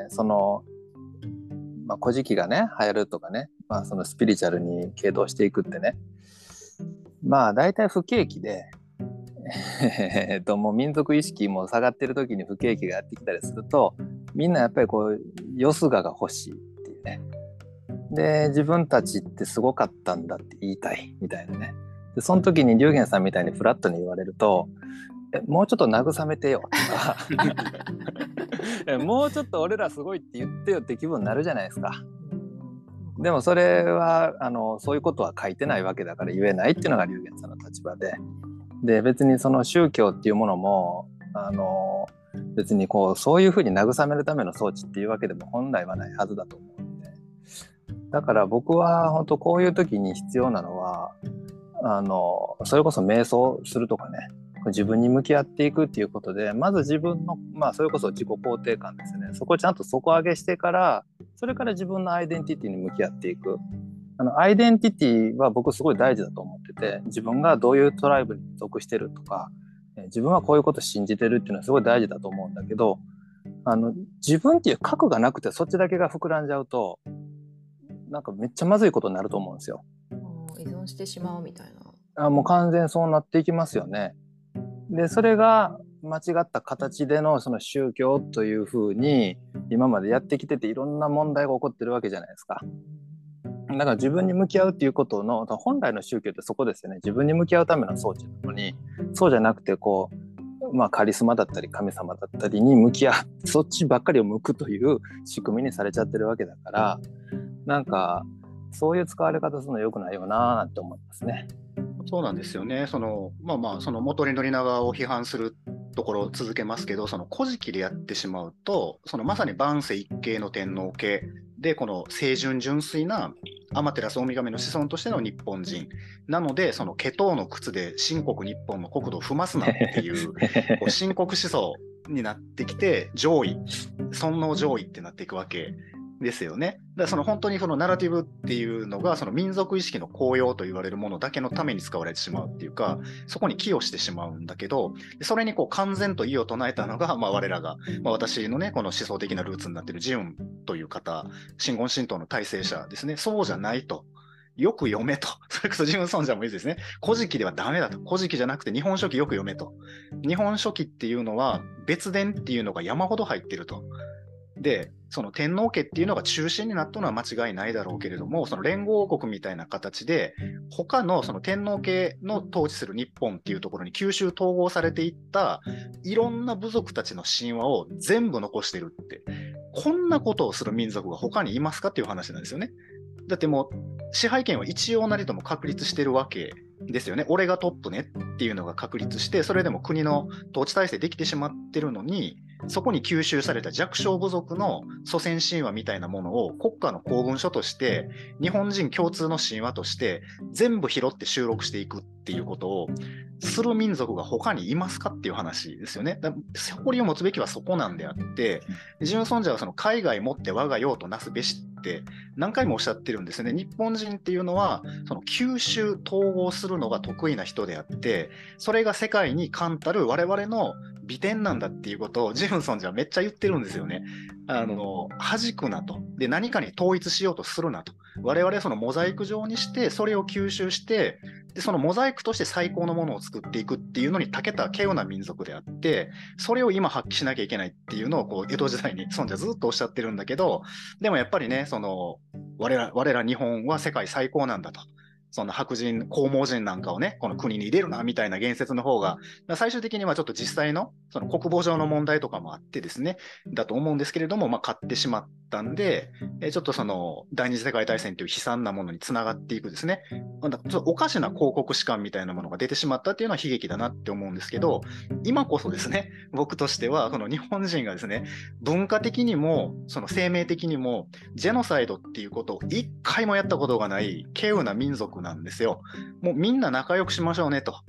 古事記がね流行るとかね、そのスピリチュアルに傾倒していくってね、大体不景気でもう民族意識も下がってる時に不景気がやってきたりすると、みんなやっぱりこうよすがが欲しいっていうね。で自分たちってすごかったんだって言いたいみたいなね。でその時に龍玄さんみたいにフラットに言われると、もうちょっと慰めてよとかもうちょっと俺らすごいって言ってよって気分になるじゃないですか。でもそれはそういうことは書いてないわけだから言えないっていうのが龍玄さんの立場で、別にその宗教っていうものも別にそういうふうに慰めるための装置っていうわけでも本来はないはずだと思うんで、だから僕は本当こういう時に必要なのはそれこそ瞑想するとかね、自分に向き合っていくっていうことで、まず自分のそれこそ自己肯定感ですね、そこをちゃんと底上げしてから、それから自分のアイデンティティに向き合っていく。アイデンティティは僕すごい大事だと思ってて、自分がどういうトライブに属してるとか、自分はこういうことを信じてるっていうのはすごい大事だと思うんだけど、自分っていう核がなくてそっちだけが膨らんじゃうと、なんかめっちゃまずいことになると思うんですよ。 依存してしまうみたいな。 もう完全そうなっていきますよね。でそれが間違った形でのその宗教というふうに今までやってきてて、いろんな問題が起こってるわけじゃないですか。だから自分に向き合うっていうことの本来の宗教ってそこですよね。自分に向き合うための装置なのに、そうじゃなくてカリスマだったり神様だったりに向き合う、そっちばっかりを向くという仕組みにされちゃってるわけだから、なんかそういう使われ方するの良くないよななんて思いますね。 そうなんですよね。その元利宣長を批判するところを続けますけど、その古事記でやってしまうと、まさに万世一系の天皇家で、この清純純粋な天照大神の子孫としての日本人なので、その毛頭の靴で新国日本の国土を踏ますなっていう新国思想になってきて、上位、尊皇上位ってなっていくわけですよね。だから本当にそのナラティブっていうのがその民族意識の高揚と言われるものだけのために使われてしまうっていうか、そこに寄与してしまうんだけど、それに完全と異を唱えたのが、我らが、私のねこの思想的なルーツになっている慈雲という方、真言神道の大成者ですね。そうじゃないと。よく読めと。それこそ自分尊者もいいですね。古事記ではダメだと。古事記じゃなくて日本書紀よく読めと。日本書紀っていうのは別伝っていうのが山ほど入ってると。で、その天皇家っていうのが中心になったのは間違いないだろうけれども、その連合王国みたいな形で他のその天皇家の統治する日本っていうところに吸収統合されていったいろんな部族たちの神話を全部残してるって、こんなことをする民族が他にいますかっていう話なんですよね。だってもう支配権は一応なりとも確立してるわけですよね。俺がトップねっていうのが確立して、それでも国の統治体制できてしまってるのに、そこに吸収された弱小部族の祖先神話みたいなものを国家の公文書として日本人共通の神話として全部拾って収録していくっていうことをする民族が他にいますかっていう話ですよね。誇りを持つべきはそこなんであって、自分尊者はその海外もって我が用となすべしって何回もおっしゃってるんですね。日本人っていうのはその吸収統合するのが得意な人であって、それが世界に冠たる我々の美点なんだっていうことをジムソンじゃめっちゃ言ってるんですよね。弾くなと。で、何かに統一しようとするなと。我々はそのモザイク状にしてそれを吸収して、でそのモザイクとして最高のものを作っていくっていうのに長けた稀有な民族であって、それを今発揮しなきゃいけないっていうのを江戸時代に尊者ずっとおっしゃってるんだけど、でもやっぱりね、我ら日本は世界最高なんだと。その白人、黄毛人なんかをね、この国に入れるなみたいな言説の方が、最終的にはちょっと実際のその国防上の問題とかもあってですね、だと思うんですけれども、勝ってしまったんで、ちょっとその第二次世界大戦という悲惨なものにつながっていくですね、ちょっとおかしな広告史観みたいなものが出てしまったっていうのは悲劇だなって思うんですけど、今こそですね、僕としては、この日本人がですね、文化的にも、その生命的にも、ジェノサイドっていうことを一回もやったことがない、稀有な民族なんですよ。もうみんな仲良くしましょうねと。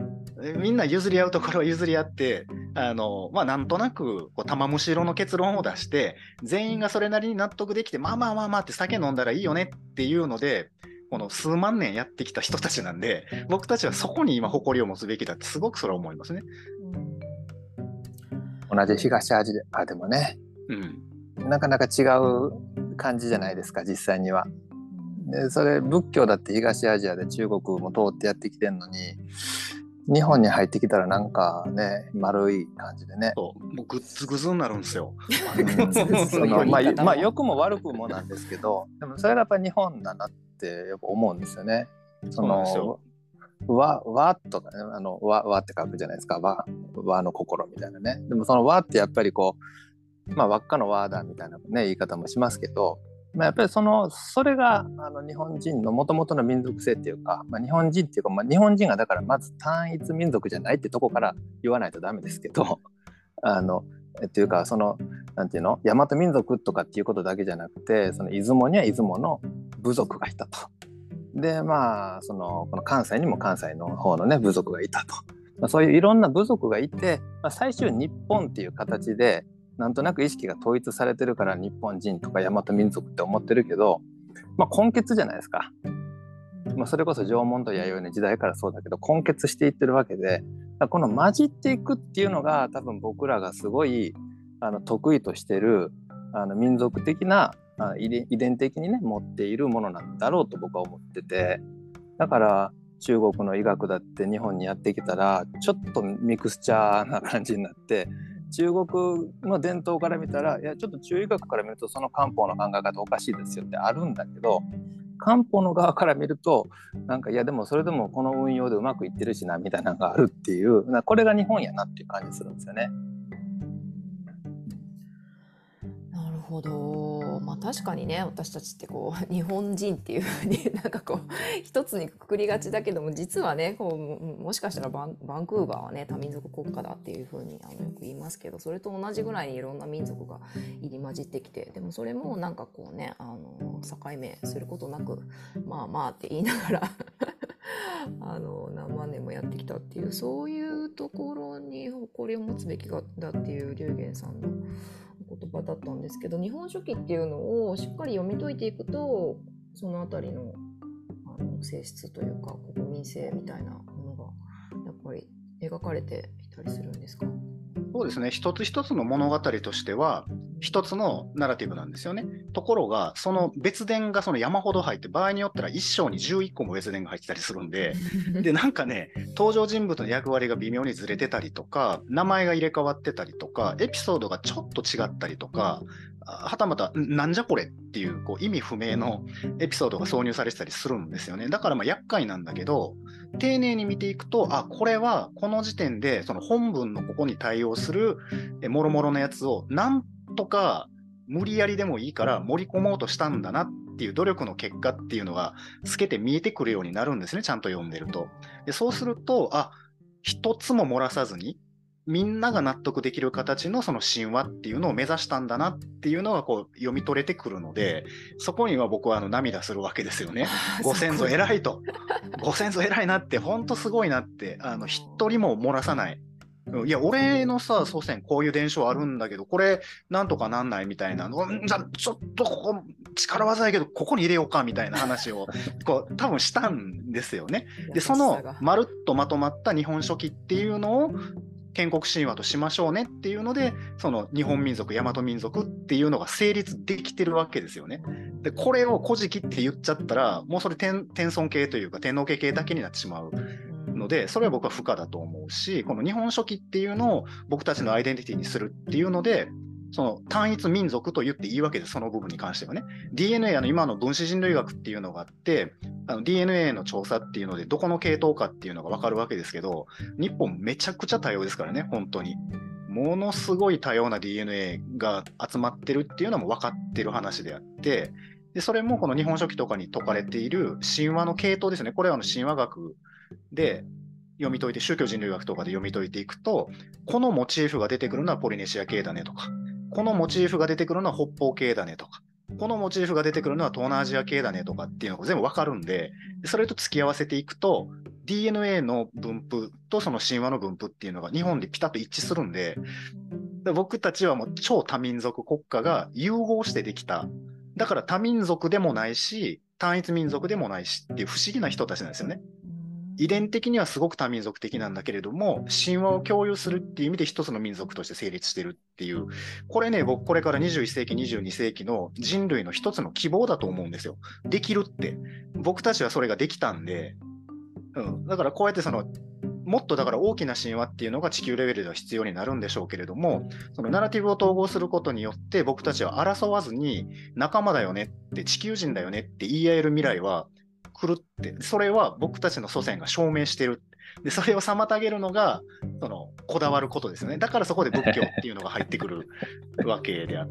みんな譲り合うところは譲り合ってなんとなくこう玉虫色の結論を出して全員がそれなりに納得できてまあまあまあまあって酒飲んだらいいよねっていうのでこの数万年やってきた人たちなんで僕たちはそこに今誇りを持つべきだってすごくそれは思いますね。 同じ東アジアでもね、なかなか違う感じじゃないですか実際には。でそれ仏教だって東アジアで中国も通ってやってきてるのに日本に入ってきたらなんかね丸い感じでね、 もうグッズグズになるんですよ。 まあ良くも悪くもなんですけどでもそれがやっぱり日本だなってやっぱ思うんですよね。 そうなんですよ。 和とかね和って書くじゃないですか和の心みたいなね。でもその和ってやっぱりこう輪っかの和だみたいな、ね、言い方もしますけど、やっぱりそれが日本人のもともとの民族性っていうか、日本人っていうか、日本人がだからまず単一民族じゃないってとこから言わないとダメですけどっていうかなんていうの大和民族とかっていうことだけじゃなくてその出雲には出雲の部族がいたと。でこの関西にも関西の方のね部族がいたと。そういういろんな部族がいて、最終日本っていう形でなんとなく意識が統一されてるから日本人とか大和民族って思ってるけど、根血じゃないですか。それこそ縄文と弥生の時代からそうだけど根血していってるわけで、この混じっていくっていうのが多分僕らがすごい得意としてる民族的な遺伝的にね持っているものなんだろうと僕は思ってて、だから中国の医学だって日本にやってきたらちょっとミクスチャーな感じになって中国の伝統から見たらいやちょっと中医学から見るとその漢方の考え方おかしいですよってあるんだけど漢方の側から見るとなんかいやでもそれでもこの運用でうまくいってるしなみたいなのがあるっていうこれが日本やなっていう感じするんですよね。 なるほど。確かにね私たちって日本人っていうふうになんか一つにくくりがちだけども実はねもしかしたらバンクーバーはね多民族国家だっていうふうによく言いますけどそれと同じぐらいにいろんな民族が入り混じってきてでもそれもなんか境目することなくまあまあって言いながら何万年もやってきたっていうそういうところに誇りを持つべきだっていう龍玄さんの言葉だったんですけど日本書紀っていうのをしっかり読み解いていくとそのあたりの性質というか国民性みたいなものがやっぱり描かれていたりするんですか？ そうですね。一つ一つの物語としては一つのナラティブなんですよね。ところがその別伝がその山ほど入って場合によったら一章に11個も別伝が入ってたりするんででなんかね登場人物の役割が微妙にずれてたりとか名前が入れ替わってたりとかエピソードがちょっと違ったりとかはたまたなんじゃこれっていう、意味不明のエピソードが挿入されてたりするんですよね。だから厄介なんだけど丁寧に見ていくとこれはこの時点でその本文のここに対応するもろもろのやつをなんとか無理やりでもいいから盛り込もうとしたんだなっていう努力の結果っていうのが透けて見えてくるようになるんですねちゃんと読んでると。でそうすると一つも漏らさずにみんなが納得できる形のその神話っていうのを目指したんだなっていうのが読み取れてくるのでそこには僕は涙するわけですよね。ご先祖偉いとご先祖偉いなって本当すごいなって一人も漏らさない。いや俺の祖先こういう伝承あるんだけどこれなんとかなんないみたいなじゃあちょっとここ力技やけどここに入れようかみたいな話を多分したんですよね。でそのまるっとまとまった日本書紀っていうのを建国神話としましょうねっていうのでその日本民族大和民族っていうのが成立できてるわけですよね。でこれを古事記って言っちゃったらもうそれ天孫系というか天皇家系だけになってしまうのでそれは僕は不可だと思うしこの日本書紀っていうのを僕たちのアイデンティティにするっていうのでその単一民族と言っていいわけです。その部分に関してはね DNA 今の分子人類学っていうのがあってDNA の調査っていうのでどこの系統かっていうのが分かるわけですけど日本めちゃくちゃ多様ですからね。本当にものすごい多様な DNA が集まってるっていうのも分かってる話であってでそれもこの日本書紀とかに説かれている神話の系統ですね。これは神話学で読み解いて宗教人類学とかで読み解いていくとこのモチーフが出てくるのはポリネシア系だねとかこのモチーフが出てくるのは北方系だねとかこのモチーフが出てくるのは東南アジア系だねとかっていうのが全部わかるんでそれと付き合わせていくと DNA の分布とその神話の分布っていうのが日本でピタッと一致するんで、僕たちはもう超多民族国家が融合してできた。だから多民族でもないし、単一民族でもないしっていう不思議な人たちなんですよね。遺伝的にはすごく多民族的なんだけれども、神話を共有するっていう意味で一つの民族として成立してるっていう、これね、僕これから21世紀、22世紀の人類の一つの希望だと思うんですよ。できるって。僕たちはそれができたんで、だからこうやってもっとだから大きな神話っていうのが地球レベルでは必要になるんでしょうけれども、そのナラティブを統合することによって僕たちは争わずに仲間だよねって地球人だよねって言い合える未来は来るって、それは僕たちの祖先が証明してる。でそれを妨げるのがこだわることですよね。だからそこで仏教っていうのが入ってくるわけであって、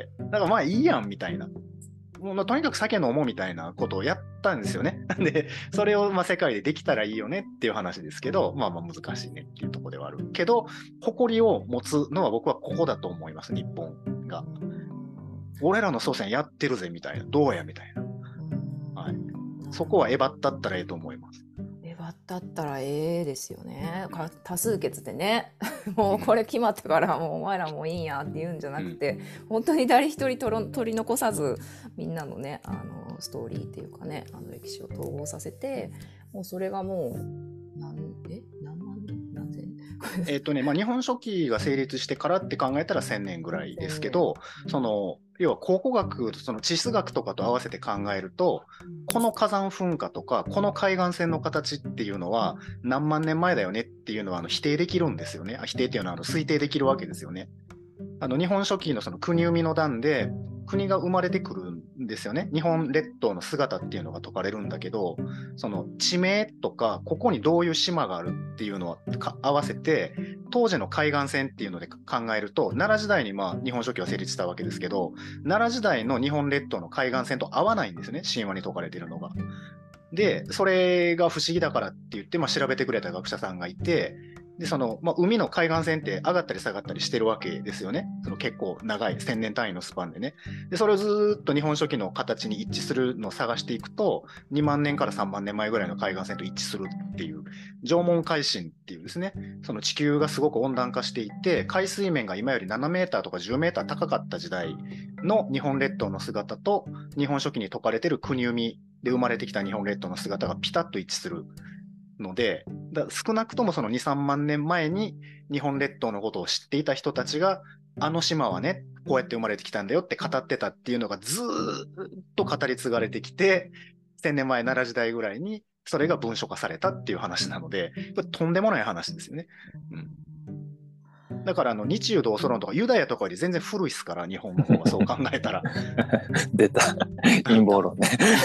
だからまあいいやんみたいな。もうとにかく酒飲もうみたいなことをやったんですよね。で、それを世界でできたらいいよねっていう話ですけど、まあ難しいねっていうところではあるけど、誇りを持つのは僕はここだと思います、日本が。俺らの祖先やってるぜみたいな、どうやみたいな。はい、そこはえばったったらええと思います。 えばったったらええですよね。多数決でねもうこれ決まったからもうお前らもういいんやって言うんじゃなくて、本当に誰一人取り残さずみんなのねストーリーっていうかね歴史を統合させて、もうそれがもう何万年何千年日本書紀が成立してからって考えたら1000年ぐらいですけど、要は考古学、地質学とかと合わせて考えると、この火山噴火とかこの海岸線の形っていうのは何万年前だよねっていうのは否定できるんですよね。否定っていうのは推定できるわけですよね。日本書紀の国生みの段で国が生まれてくるんですよね。日本列島の姿っていうのが説かれるんだけど、地名とかここにどういう島があるっていうのを合わせて当時の海岸線っていうので考えると、奈良時代に日本書紀は成立したわけですけど、奈良時代の日本列島の海岸線と合わないんですね、神話に説かれているのが。でそれが不思議だからって言って調べてくれた学者さんがいて、で海の海岸線って上がったり下がったりしてるわけですよね。結構長い1000年単位のスパンでね。でそれをずっと日本書紀の形に一致するのを探していくと、2万年から3万年前ぐらいの海岸線と一致するっていう、縄文海進っていうですね、地球がすごく温暖化していて、海水面が今より7メーターとか10メーター高かった時代の日本列島の姿と、日本書紀に説かれている国生みで生まれてきた日本列島の姿がピタッと一致するので、少なくとも2、3万年前に日本列島のことを知っていた人たちが、島はねこうやって生まれてきたんだよって語ってたっていうのがずっと語り継がれてきて、1000年前奈良時代ぐらいにそれが文書化されたっていう話なので、これとんでもない話ですよね。だから日中同祖論とかユダヤとかより全然古いですから、日本の方はそう考えたら出た陰謀論ね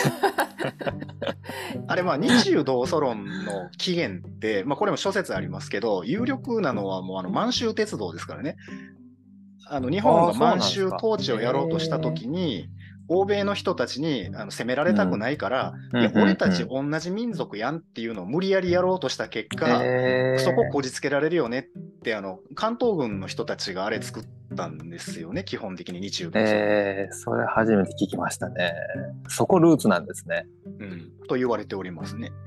あれ日中同祖論の起源って、これも諸説ありますけど、有力なのはもう満州鉄道ですからね。日本が満州統治をやろうとした時に、欧米の人たちに攻められたくないから、いや俺たち同じ民族やんっていうのを無理やりやろうとした結果、そここじつけられるよねって関東軍の人たちがあれ作ったんですよね、基本的に日中同祖論。 それ初めて聞きましたね。そこルーツなんですね。 と言われておりますね。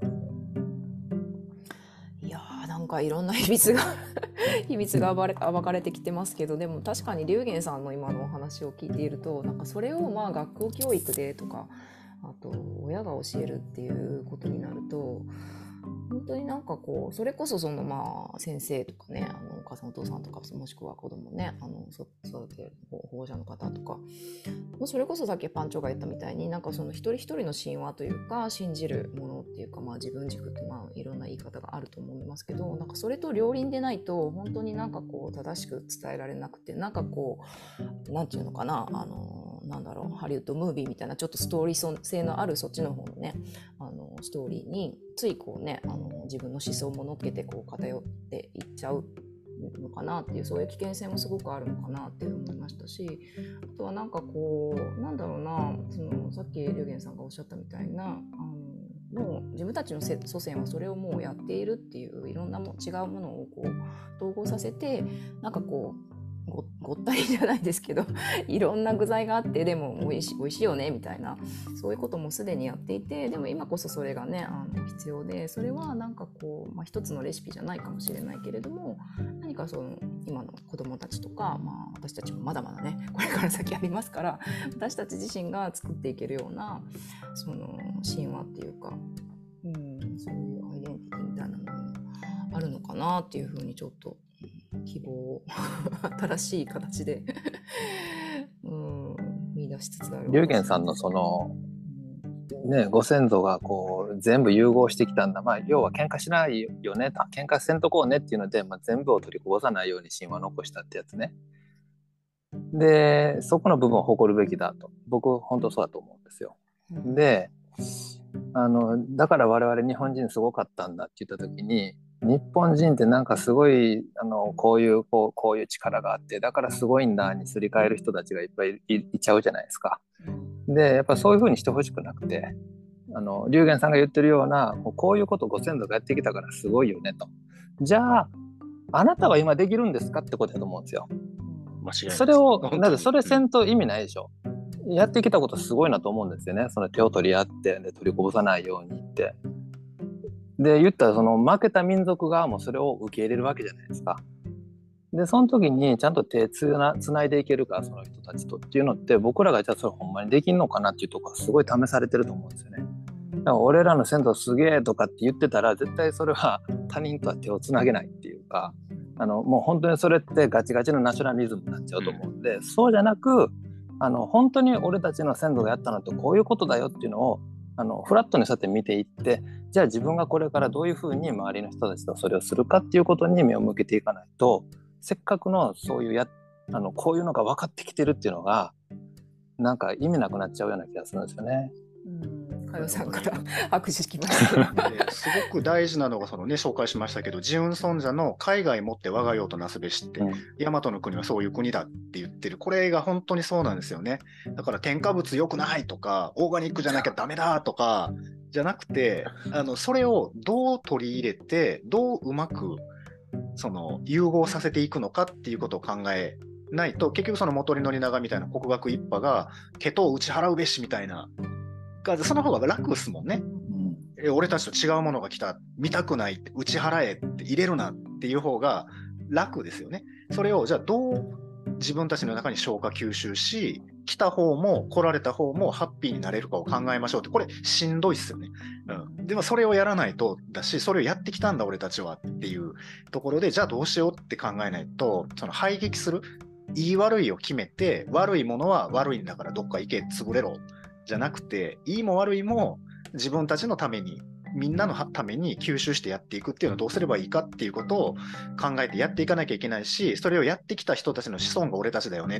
いやー、なんかいろんな秘密が暴かれてきてますけど、でも確かに龍玄さんの今のお話を聞いていると、なんかそれを学校教育でとか、あと親が教えるっていうことになると、本当になんかそれこそ先生とかね、お母さんお父さんとか、もしくは子供ね、育てる保護者の方とか、それこそさっきパンチョが言ったみたいに、なんか一人一人の神話というか信じるものっていうか、自分軸っていろんな言い方があると思いますけど、なんかそれと両輪でないと本当になんか正しく伝えられなくて、なんかなんていうのかな、なんだろう、ハリウッドムービーみたいなちょっとストーリー性のあるそっちの方のねストーリーについ自分の思想も乗っけて偏っていっちゃうのかなっていう、そういう危険性もすごくあるのかなって思いましたし、あとはなんかなんだろうな、さっき龍玄さんがおっしゃったみたいな、もう自分たちの祖先はそれをもうやっているっていう、いろんな違うものを統合させて、なんかごっごったりじゃないですけどいろんな具材があってでも美味しいよねみたいな、そういうこともすでにやっていて、でも今こそそれがね必要で、それはなんかこう、一つのレシピじゃないかもしれないけれども、何かその今の子どもたちとか、私たちもまだまだねこれから先ありますから、私たち自身が作っていけるようなその神話っていうか、そういうアイデンティティみたいなのもあるのかなっていうふうにちょっと希望を新しい形で見出しつつある。 龍玄さんのそのね、ご先祖がこう全部融合してきたんだ、要は喧嘩しないよね、喧嘩せんとこうねっていうので、全部を取りこぼさないように神話を残したってやつね。でそこの部分を誇るべきだと僕本当そうだと思うんですよ。でだから我々日本人すごかったんだって言った時に、日本人ってなんかすごいこういう力があってだからすごいんだにすり替える人たちがいっぱい いちゃうじゃないですか。でやっぱそういう風にしてほしくなくて、龍玄さんが言ってるようなこういうことをご先祖がやってきたからすごいよねと、じゃああなたは今できるんですかってことだと思うんですよ。 間違いない。 それをだってそれせんと意味ないでしょ。やってきたことすごいなと思うんですよね。その手を取り合ってで取りこぼさないようにってで言ったら、その負けた民族側もそれを受け入れるわけじゃないですか。でその時にちゃんと手つないでいけるか、その人たちとっていうのって、僕らがじゃあそれほんまにできんのかなっていうところがすごい試されてると思うんですよね。だから俺らの先祖すげえとかって言ってたら絶対それは他人とは手をつなげないっていうか、もう本当にそれってガチガチのナショナリズムになっちゃうと思うんで、そうじゃなく本当に俺たちの先祖がやったのってこういうことだよっていうのをフラットにそうやって見ていって、じゃあ自分がこれからどういうふうに周りの人たちとそれをするかっていうことに目を向けていかないと、せっかくのそういうこういうのが分かってきてるっていうのがなんか意味なくなっちゃうような気がするんですよね。 佳代さんから拍手きましたすごく大事なのがそのね、紹介しましたけど、自運尊者の海外もって我が世となすべしって、大和の国はそういう国だって言ってる、これが本当にそうなんですよね。だから添加物良くないとかオーガニックじゃなきゃダメだとかじゃなくて、それをどう取り入れてどううまくその融合させていくのかっていうことを考えないと、結局その元利宣長みたいな国学一派が血統を打ち払うべしみたいな、その方が楽ですもんね。俺たちと違うものが来た、見たくないって、打ち払えって入れるなっていう方が楽ですよね。それをじゃあどう自分たちの中に消化吸収し、来た方も来られた方もハッピーになれるかを考えましょうって、これしんどいっすよね。でもそれをやらないとだし、それをやってきたんだ俺たちはっていうところで、じゃあどうしようって考えないと、その排撃する、いい悪いを決めて、悪いものは悪いんだからどっか行け潰れろじゃなくて、いいも悪いも自分たちのために、みんなのために吸収してやっていくっていうのをどうすればいいかっていうことを考えてやっていかなきゃいけないし、それをやってきた人たちの子孫が俺たちだよねって、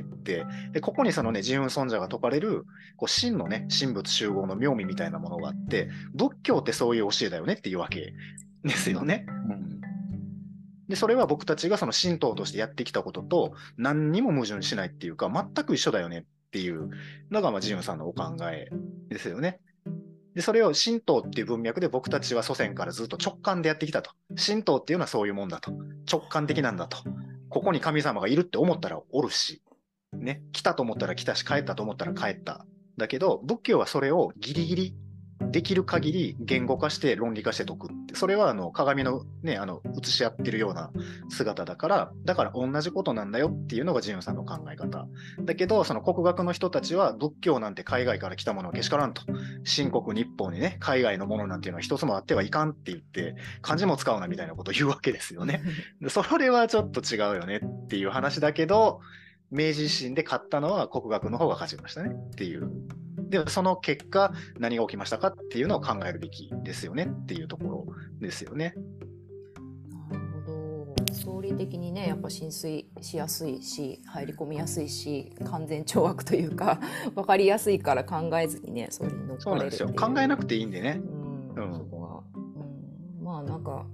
でここにそのね、自運尊者が説かれる真のね、神仏集合の妙味みたいなものがあって、仏教ってそういう教えだよねっていうわけですよね。でそれは僕たちがその神道としてやってきたことと何にも矛盾しないっていうか、全く一緒だよねっていうのが自運さんのお考えですよね。でそれを神道っていう文脈で僕たちは祖先からずっと直感でやってきたと。神道っていうのはそういうもんだと。直感的なんだと。ここに神様がいるって思ったらおるし、ね、来たと思ったら来たし、帰ったと思ったら帰った。だけど仏教はそれをギリギリできる限り言語化して論理化して解くって、それは鏡のね、映し合ってるような姿だから、同じことなんだよっていうのが自由さんの考え方だけど、その国学の人たちは仏教なんて海外から来たものはけしからんと、新国日本にね、海外のものなんていうのは一つもあってはいかんって言って漢字も使うなみたいなことを言うわけですよね。それはちょっと違うよねっていう話だけど、明治維新で勝ったのは国学の方が勝ちましたねっていう。でその結果何が起きましたかっていうのを考えるべきですよねっていうところですよね。 なるほど。総理的にね、やっぱ浸水しやすいし入り込みやすいし、完全懲悪というか分かりやすいから考えずにね、総理に乗っかれるっていう。 そうなんですよ。考えなくていいんでね。 そこは、まあなんかね、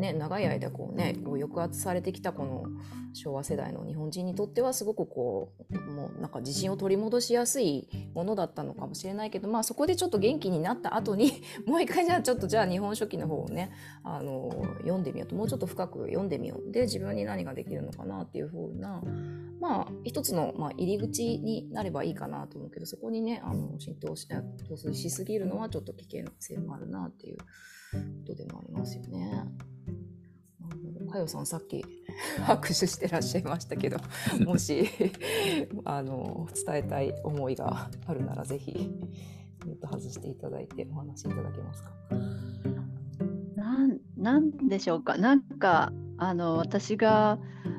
ね、長い間こう抑圧されてきたこの昭和世代の日本人にとってはすごくもうなんか自信を取り戻しやすいものだったのかもしれないけど、そこでちょっと元気になった後にもう一回じゃあ日本書紀の方をね読んでみようと、もうちょっと深く読んでみよう、で自分に何ができるのかなっていう風な一つの入り口になればいいかなと思うけど、そこにね浸透しすぎるのはちょっと危険性もあるなっていうことでもありますよね。かよさんさっき拍手してらっしゃいましたけど、もし伝えたい思いがあるならぜひミュート外していただいてお話しいただけますか。 なんでしょうか。なんか私が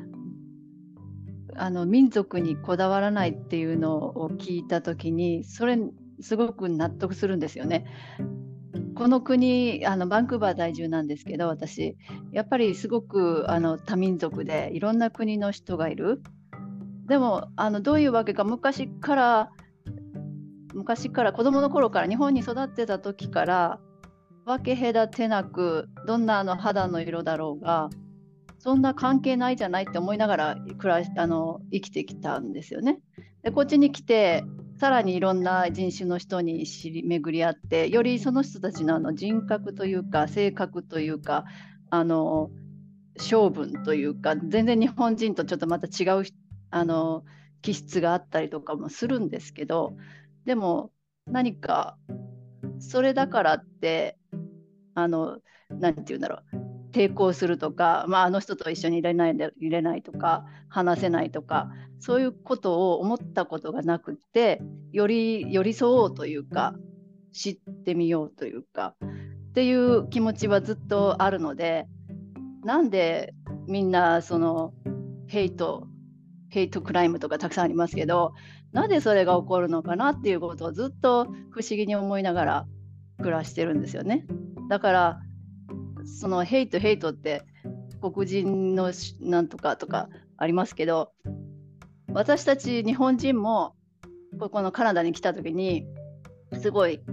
民族にこだわらないっていうのを聞いたときに、それすごく納得するんですよね。この国バンクーバー在住なんですけど、私やっぱりすごく多民族でいろんな国の人がいる。でもどういうわけか昔から子供の頃から、日本に育ってた時から分け隔てなく、どんな肌の色だろうがそんな関係ないじゃないって思いながら生きてきたんですよね。でこっちに来てさらにいろんな人種の人に巡り合って、よりその人たちの人格というか性格というか性分というか、全然日本人とちょっとまた違う気質があったりとかもするんですけど、でも何かそれだからってなんて言うんだろう、抵抗するとか、あの人と一緒にいれないとか話せないとか、そういうことを思ったことがなくて、より寄り添おうというか知ってみようというかっていう気持ちはずっとあるので、なんでみんなそのヘイトクライムとかたくさんありますけど、なぜそれが起こるのかなっていうことをずっと不思議に思いながら暮らしてるんですよね。だからそのヘイトって黒人のなんとかとかありますけど、私たち日本人もここのカナダに来た時にすごい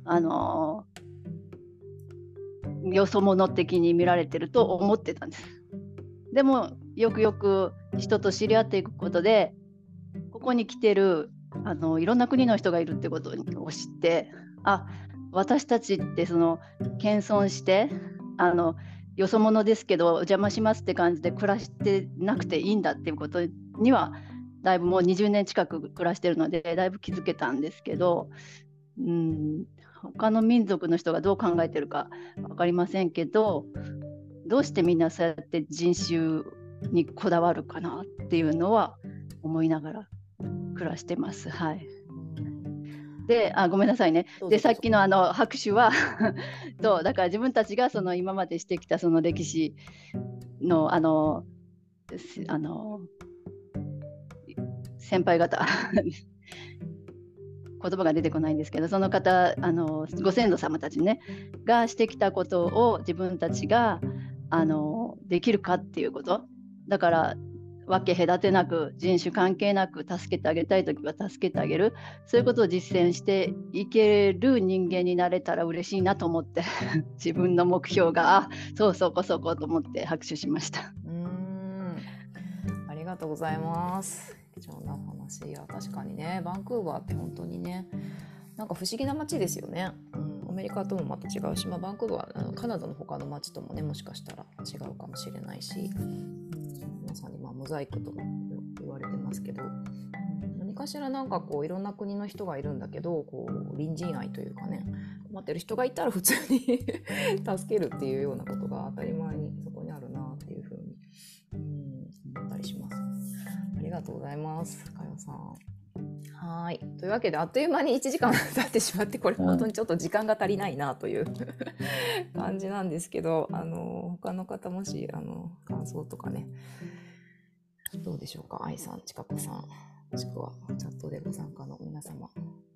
よそ者的に見られてると思ってたんです。でもよくよく人と知り合っていくことで、ここに来てるいろんな国の人がいるってことを知って、私たちってその謙遜してよそ者ですけどお邪魔しますって感じで暮らしてなくていいんだっていうことには、だいぶもう20年近く暮らしてるのでだいぶ気づけたんですけど、他の民族の人がどう考えてるか分かりませんけど、どうしてみんなそうやって人種にこだわるかなっていうのは思いながら暮らしてます。はい。でごめんなさいね。でさっきの拍手はそうだから自分たちがその今までしてきたその歴史の先輩方言葉が出てこないんですけど、その方ご先祖様たちねがしてきたことを自分たちができるかっていうことだから、分け隔てなく人種関係なく助けてあげたいときは助けてあげる、そういうことを実践していける人間になれたら嬉しいなと思って自分の目標がそこと思って拍手しました。 ありがとうございます。貴重なお話。いや確かにね、バンクーバーって本当にねなんか不思議な街ですよね。アメリカともまた違うし、バンクーバーはカナダの他の街ともねもしかしたら違うかもしれないし、まさにモザイクとも言われてますけど、何かしらなんかこういろんな国の人がいるんだけど、こう隣人愛というかね、困ってる人がいたら普通に助けるっていうようなことが当たり前にそこにあるなっていうふうに思ったりします。ありがとうございます、かよさん。はい、というわけであっという間に1時間経ってしまって、これ本当にちょっと時間が足りないなという感じなんですけど、他の方もし感想とかねどうでしょうか。愛さん、ちかこさん、もしくはチャットでご参加の皆様。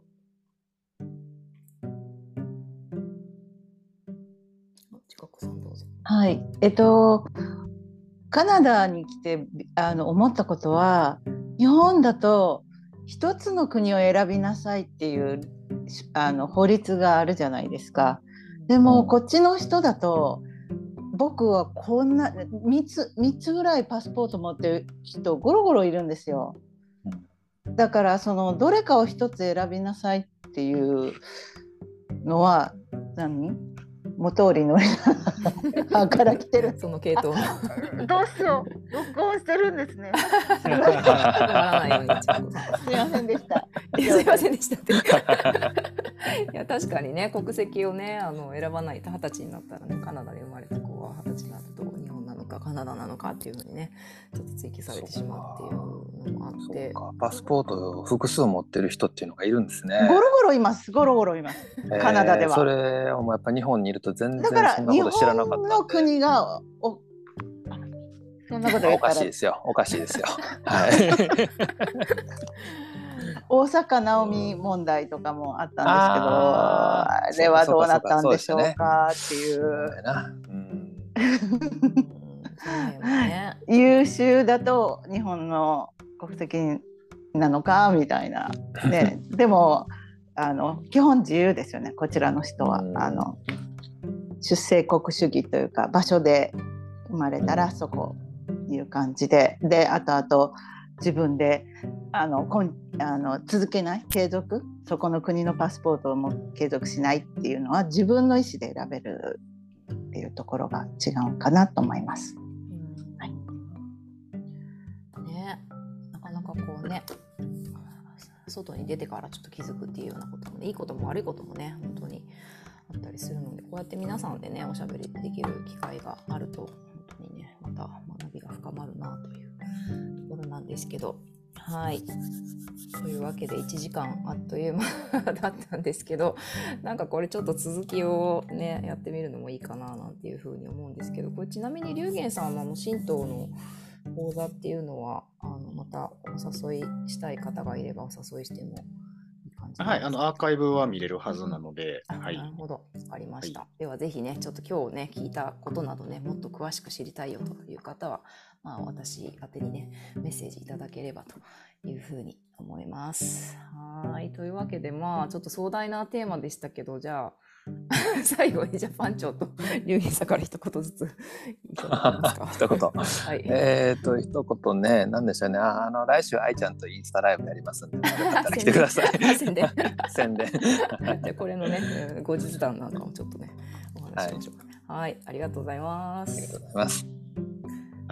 ちかこさんどうぞ。 はい、カナダに来て思ったことは、日本だと一つの国を選びなさいっていう法律があるじゃないですか。でもこっちの人だと僕はこんな3つぐらいパスポート持ってる人ゴロゴロいるんですよ。だからそのどれかを一つ選びなさいっていうのは元織のり派から来てる。 その系統のどうしよう、録音してるんですね。 止まらないようにちょっとすいませんでした。 すいませんでしたっていや確かにね、国籍をね選ばないと20歳になったらね、カナダで生まれた子は20歳になると日本なのかカナダなのかっていうふうにね、ちょっと追求されてしまうっていうのもあって、 パスポートを複数持ってる人っていうのがいるんですね。 ゴロゴロいます。ゴロゴロいます。カナダでは。 それはもうやっぱ日本にいると全然だからそんなこと知らなかったんで。 日本の国がそんなこと言おったらかしいですよ。おかしいですよ。はい。 大坂なおみ問題とかもあったんですけど、あれはどうなったんでしょうかっていう。優秀だと日本の国籍なのかみたいな、ね、でも基本自由ですよね、こちらの人は。出生国主義というか、場所で生まれたらそこいう感じで、あと自分で続けない、継続、そこの国のパスポートをも継続しないっていうのは自分の意思で選べるっていうところが違うかなと思います。はい、 ね、なかなかこうね、外に出てからちょっと気づくっていうようなこともね、いいことも悪いこともね本当にあったりするので、こうやって皆さんでねおしゃべりできる機会があると本当にね、また学びが深まるなというところなんですけど、はい、というわけで1時間あっという間だったんですけど、なんかこれちょっと続きをねやってみるのもいいかななんていうふうに思うんですけど、これちなみに龍玄さんの神道の講座っていうのはまたお誘いしたい方がいればお誘いしてもいい感じですか？ はい、アーカイブは見れるはずなので、 はい、なるほど、わかりました。はい、ではぜひね、ちょっと今日ね聞いたことなどね、もっと詳しく知りたいよという方は、私宛てにねメッセージいただければというふうに思います。はい、というわけでちょっと壮大なテーマでしたけど、じゃあ最後にじゃあパンチョと龍玄さんから一言ずついただけますか？ 一言。 はい。 一言ね、なんでしょうね。来週愛ちゃんとインスタライブやりますんで、よかったら来てください。 宣伝。 宣伝。 じゃあこれのね、後日談なんかもちょっとね、お話しましょう。はい、ありがとうございます。 ありがとうございます。 はい、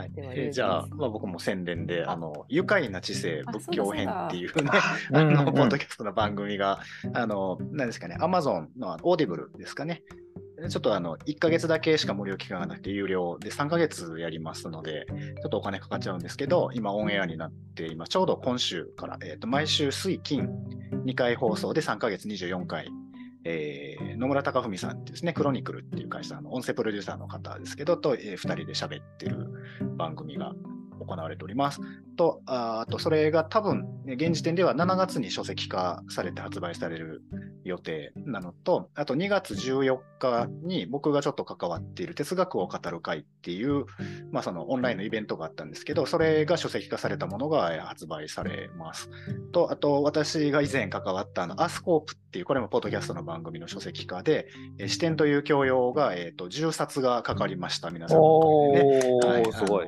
じゃあ、僕も宣伝で愉快な知性仏教編っていうね、ポッドキャストの番組が何ですかね、Amazon のオーディブルですかね。ちょっと1ヶ月だけしか無料期間がなくて有料で3ヶ月やりますので、ちょっとお金かかっちゃうんですけど、今オンエアになって今ちょうど今週から、毎週水金2回放送で3ヶ月24回。野村貴文さんってですね、クロニクルっていう会社の音声プロデューサーの方ですけど、と、2人で喋ってる番組が行われております。あとそれが多分、現時点では7月に書籍化されて発売される予定なのと、あと2月14日に僕がちょっと関わっている哲学を語る会っていう、そのオンラインのイベントがあったんですけど、それが書籍化されたものが発売されます。あと私が以前関わったアスコープっていう、これもポッドキャストの番組の書籍化で、視点という教養が、10冊がかかりました。皆さんのおかげでね。はい、 すごい。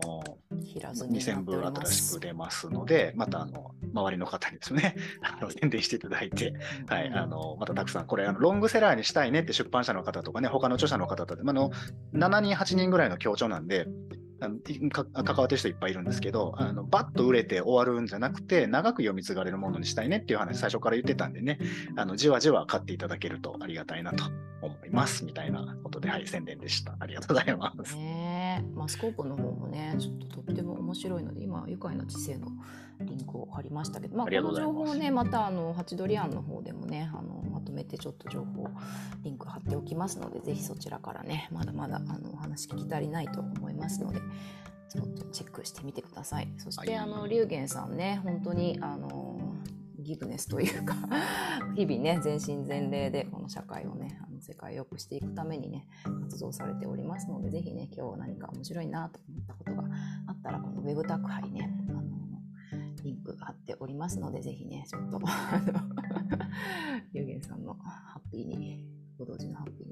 2000部新しく出ますので、また周りの方にですね宣伝していただいて、はい、またたくさんこれロングセラーにしたいねって出版社の方とかね、他の著者の方と7人8人ぐらいの協調なんで関わってる人いっぱいいるんですけど、バッと売れて終わるんじゃなくて長く読み継がれるものにしたいねっていう話最初から言ってたんでね、じわじわ買っていただけるとありがたいなと思いますみたいなことで、はい、宣伝でした。ありがとうございます。 スコープの方もね、ちょっととっても面白いので、今愉快な知性のリンクを貼りましたけど、この情報をね、またハチドリアンの方でもね、まとめてちょっと情報リンク貼っておきますので、ぜひそちらからね、まだまだお話聞き足りないと思いますので、ちょっとチェックしてみてください。そして龍玄さんね、本当にギブネスというか日々ね、全身全霊でこの社会をね、世界を良くしていくためにね、活動されておりますので、ぜひね、今日何か面白いなと思ったことがあったら、このウェブ宅配ね、リンク貼っておりますので、ぜひね、ちょっと龍玄さんのハッピーに、ご同時のハッピーに貢献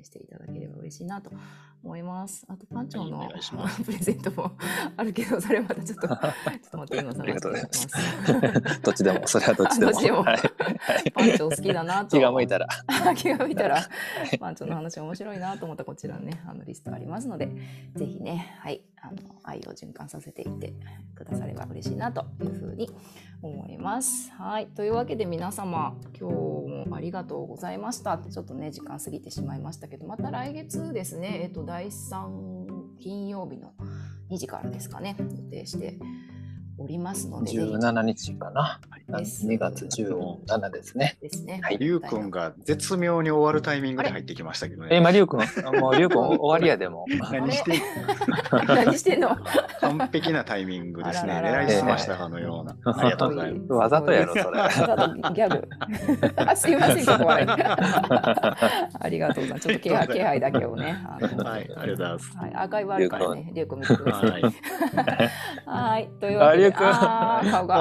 していただければ嬉しいなと思います。あとパンチョンの、 お願いしますプレゼントもあるけど、それまたちょっと待って今ありがとうござい探ますます。 どっちでも、それはどっちでも。 どっちでもはい。 パンチョン好きだなと気が向いたら。 気が向いたらパンチョンの話面白いなと思ったらこちらねリストありますので、ぜひね、はい、愛を循環させていってくだされば嬉しいなというふうに思います。はい、というわけで皆様今日もありがとうございました。ちょっとね時間過ぎてしまいましたけど、また来月ですね、第3金曜日の2時からですかね、予定しておりますので、ぜひ 17日かな。 です 2月17ですね。 ですね。 はいりゅうくんが絶妙に終わるタイミングで入ってきましたけどね。 今、りゅうくん、もうりゅうくん終わりやでも。 何して何してんの？ 完璧なタイミングですね。 あららら狙いすましたかのような。ありがとうございます。 わざとやろ、それ。 わざとギャグ。あ、すいません、そこは。ありがとうございます。ちょっと気配だけをね。 はい、ありがとうございます。 はい、アーカイブあるからね、りゅうくん見てください。 はい。 はい、というわけで、 りゅうくん顔が。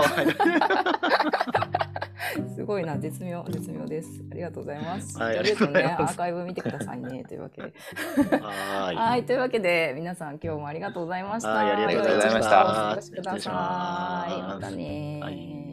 すごいな、絶妙です。ありがとうございます。 はい、ありりゅうくんね、 がとうございます。 アーカイブ見てくださいね、というわけで。 はい。 はい、というわけで、皆さん今日もありがとうございました。 はい、ありがとうございました。 良い一日をお過ごしくだ失礼しさい。 ますまたね。 はい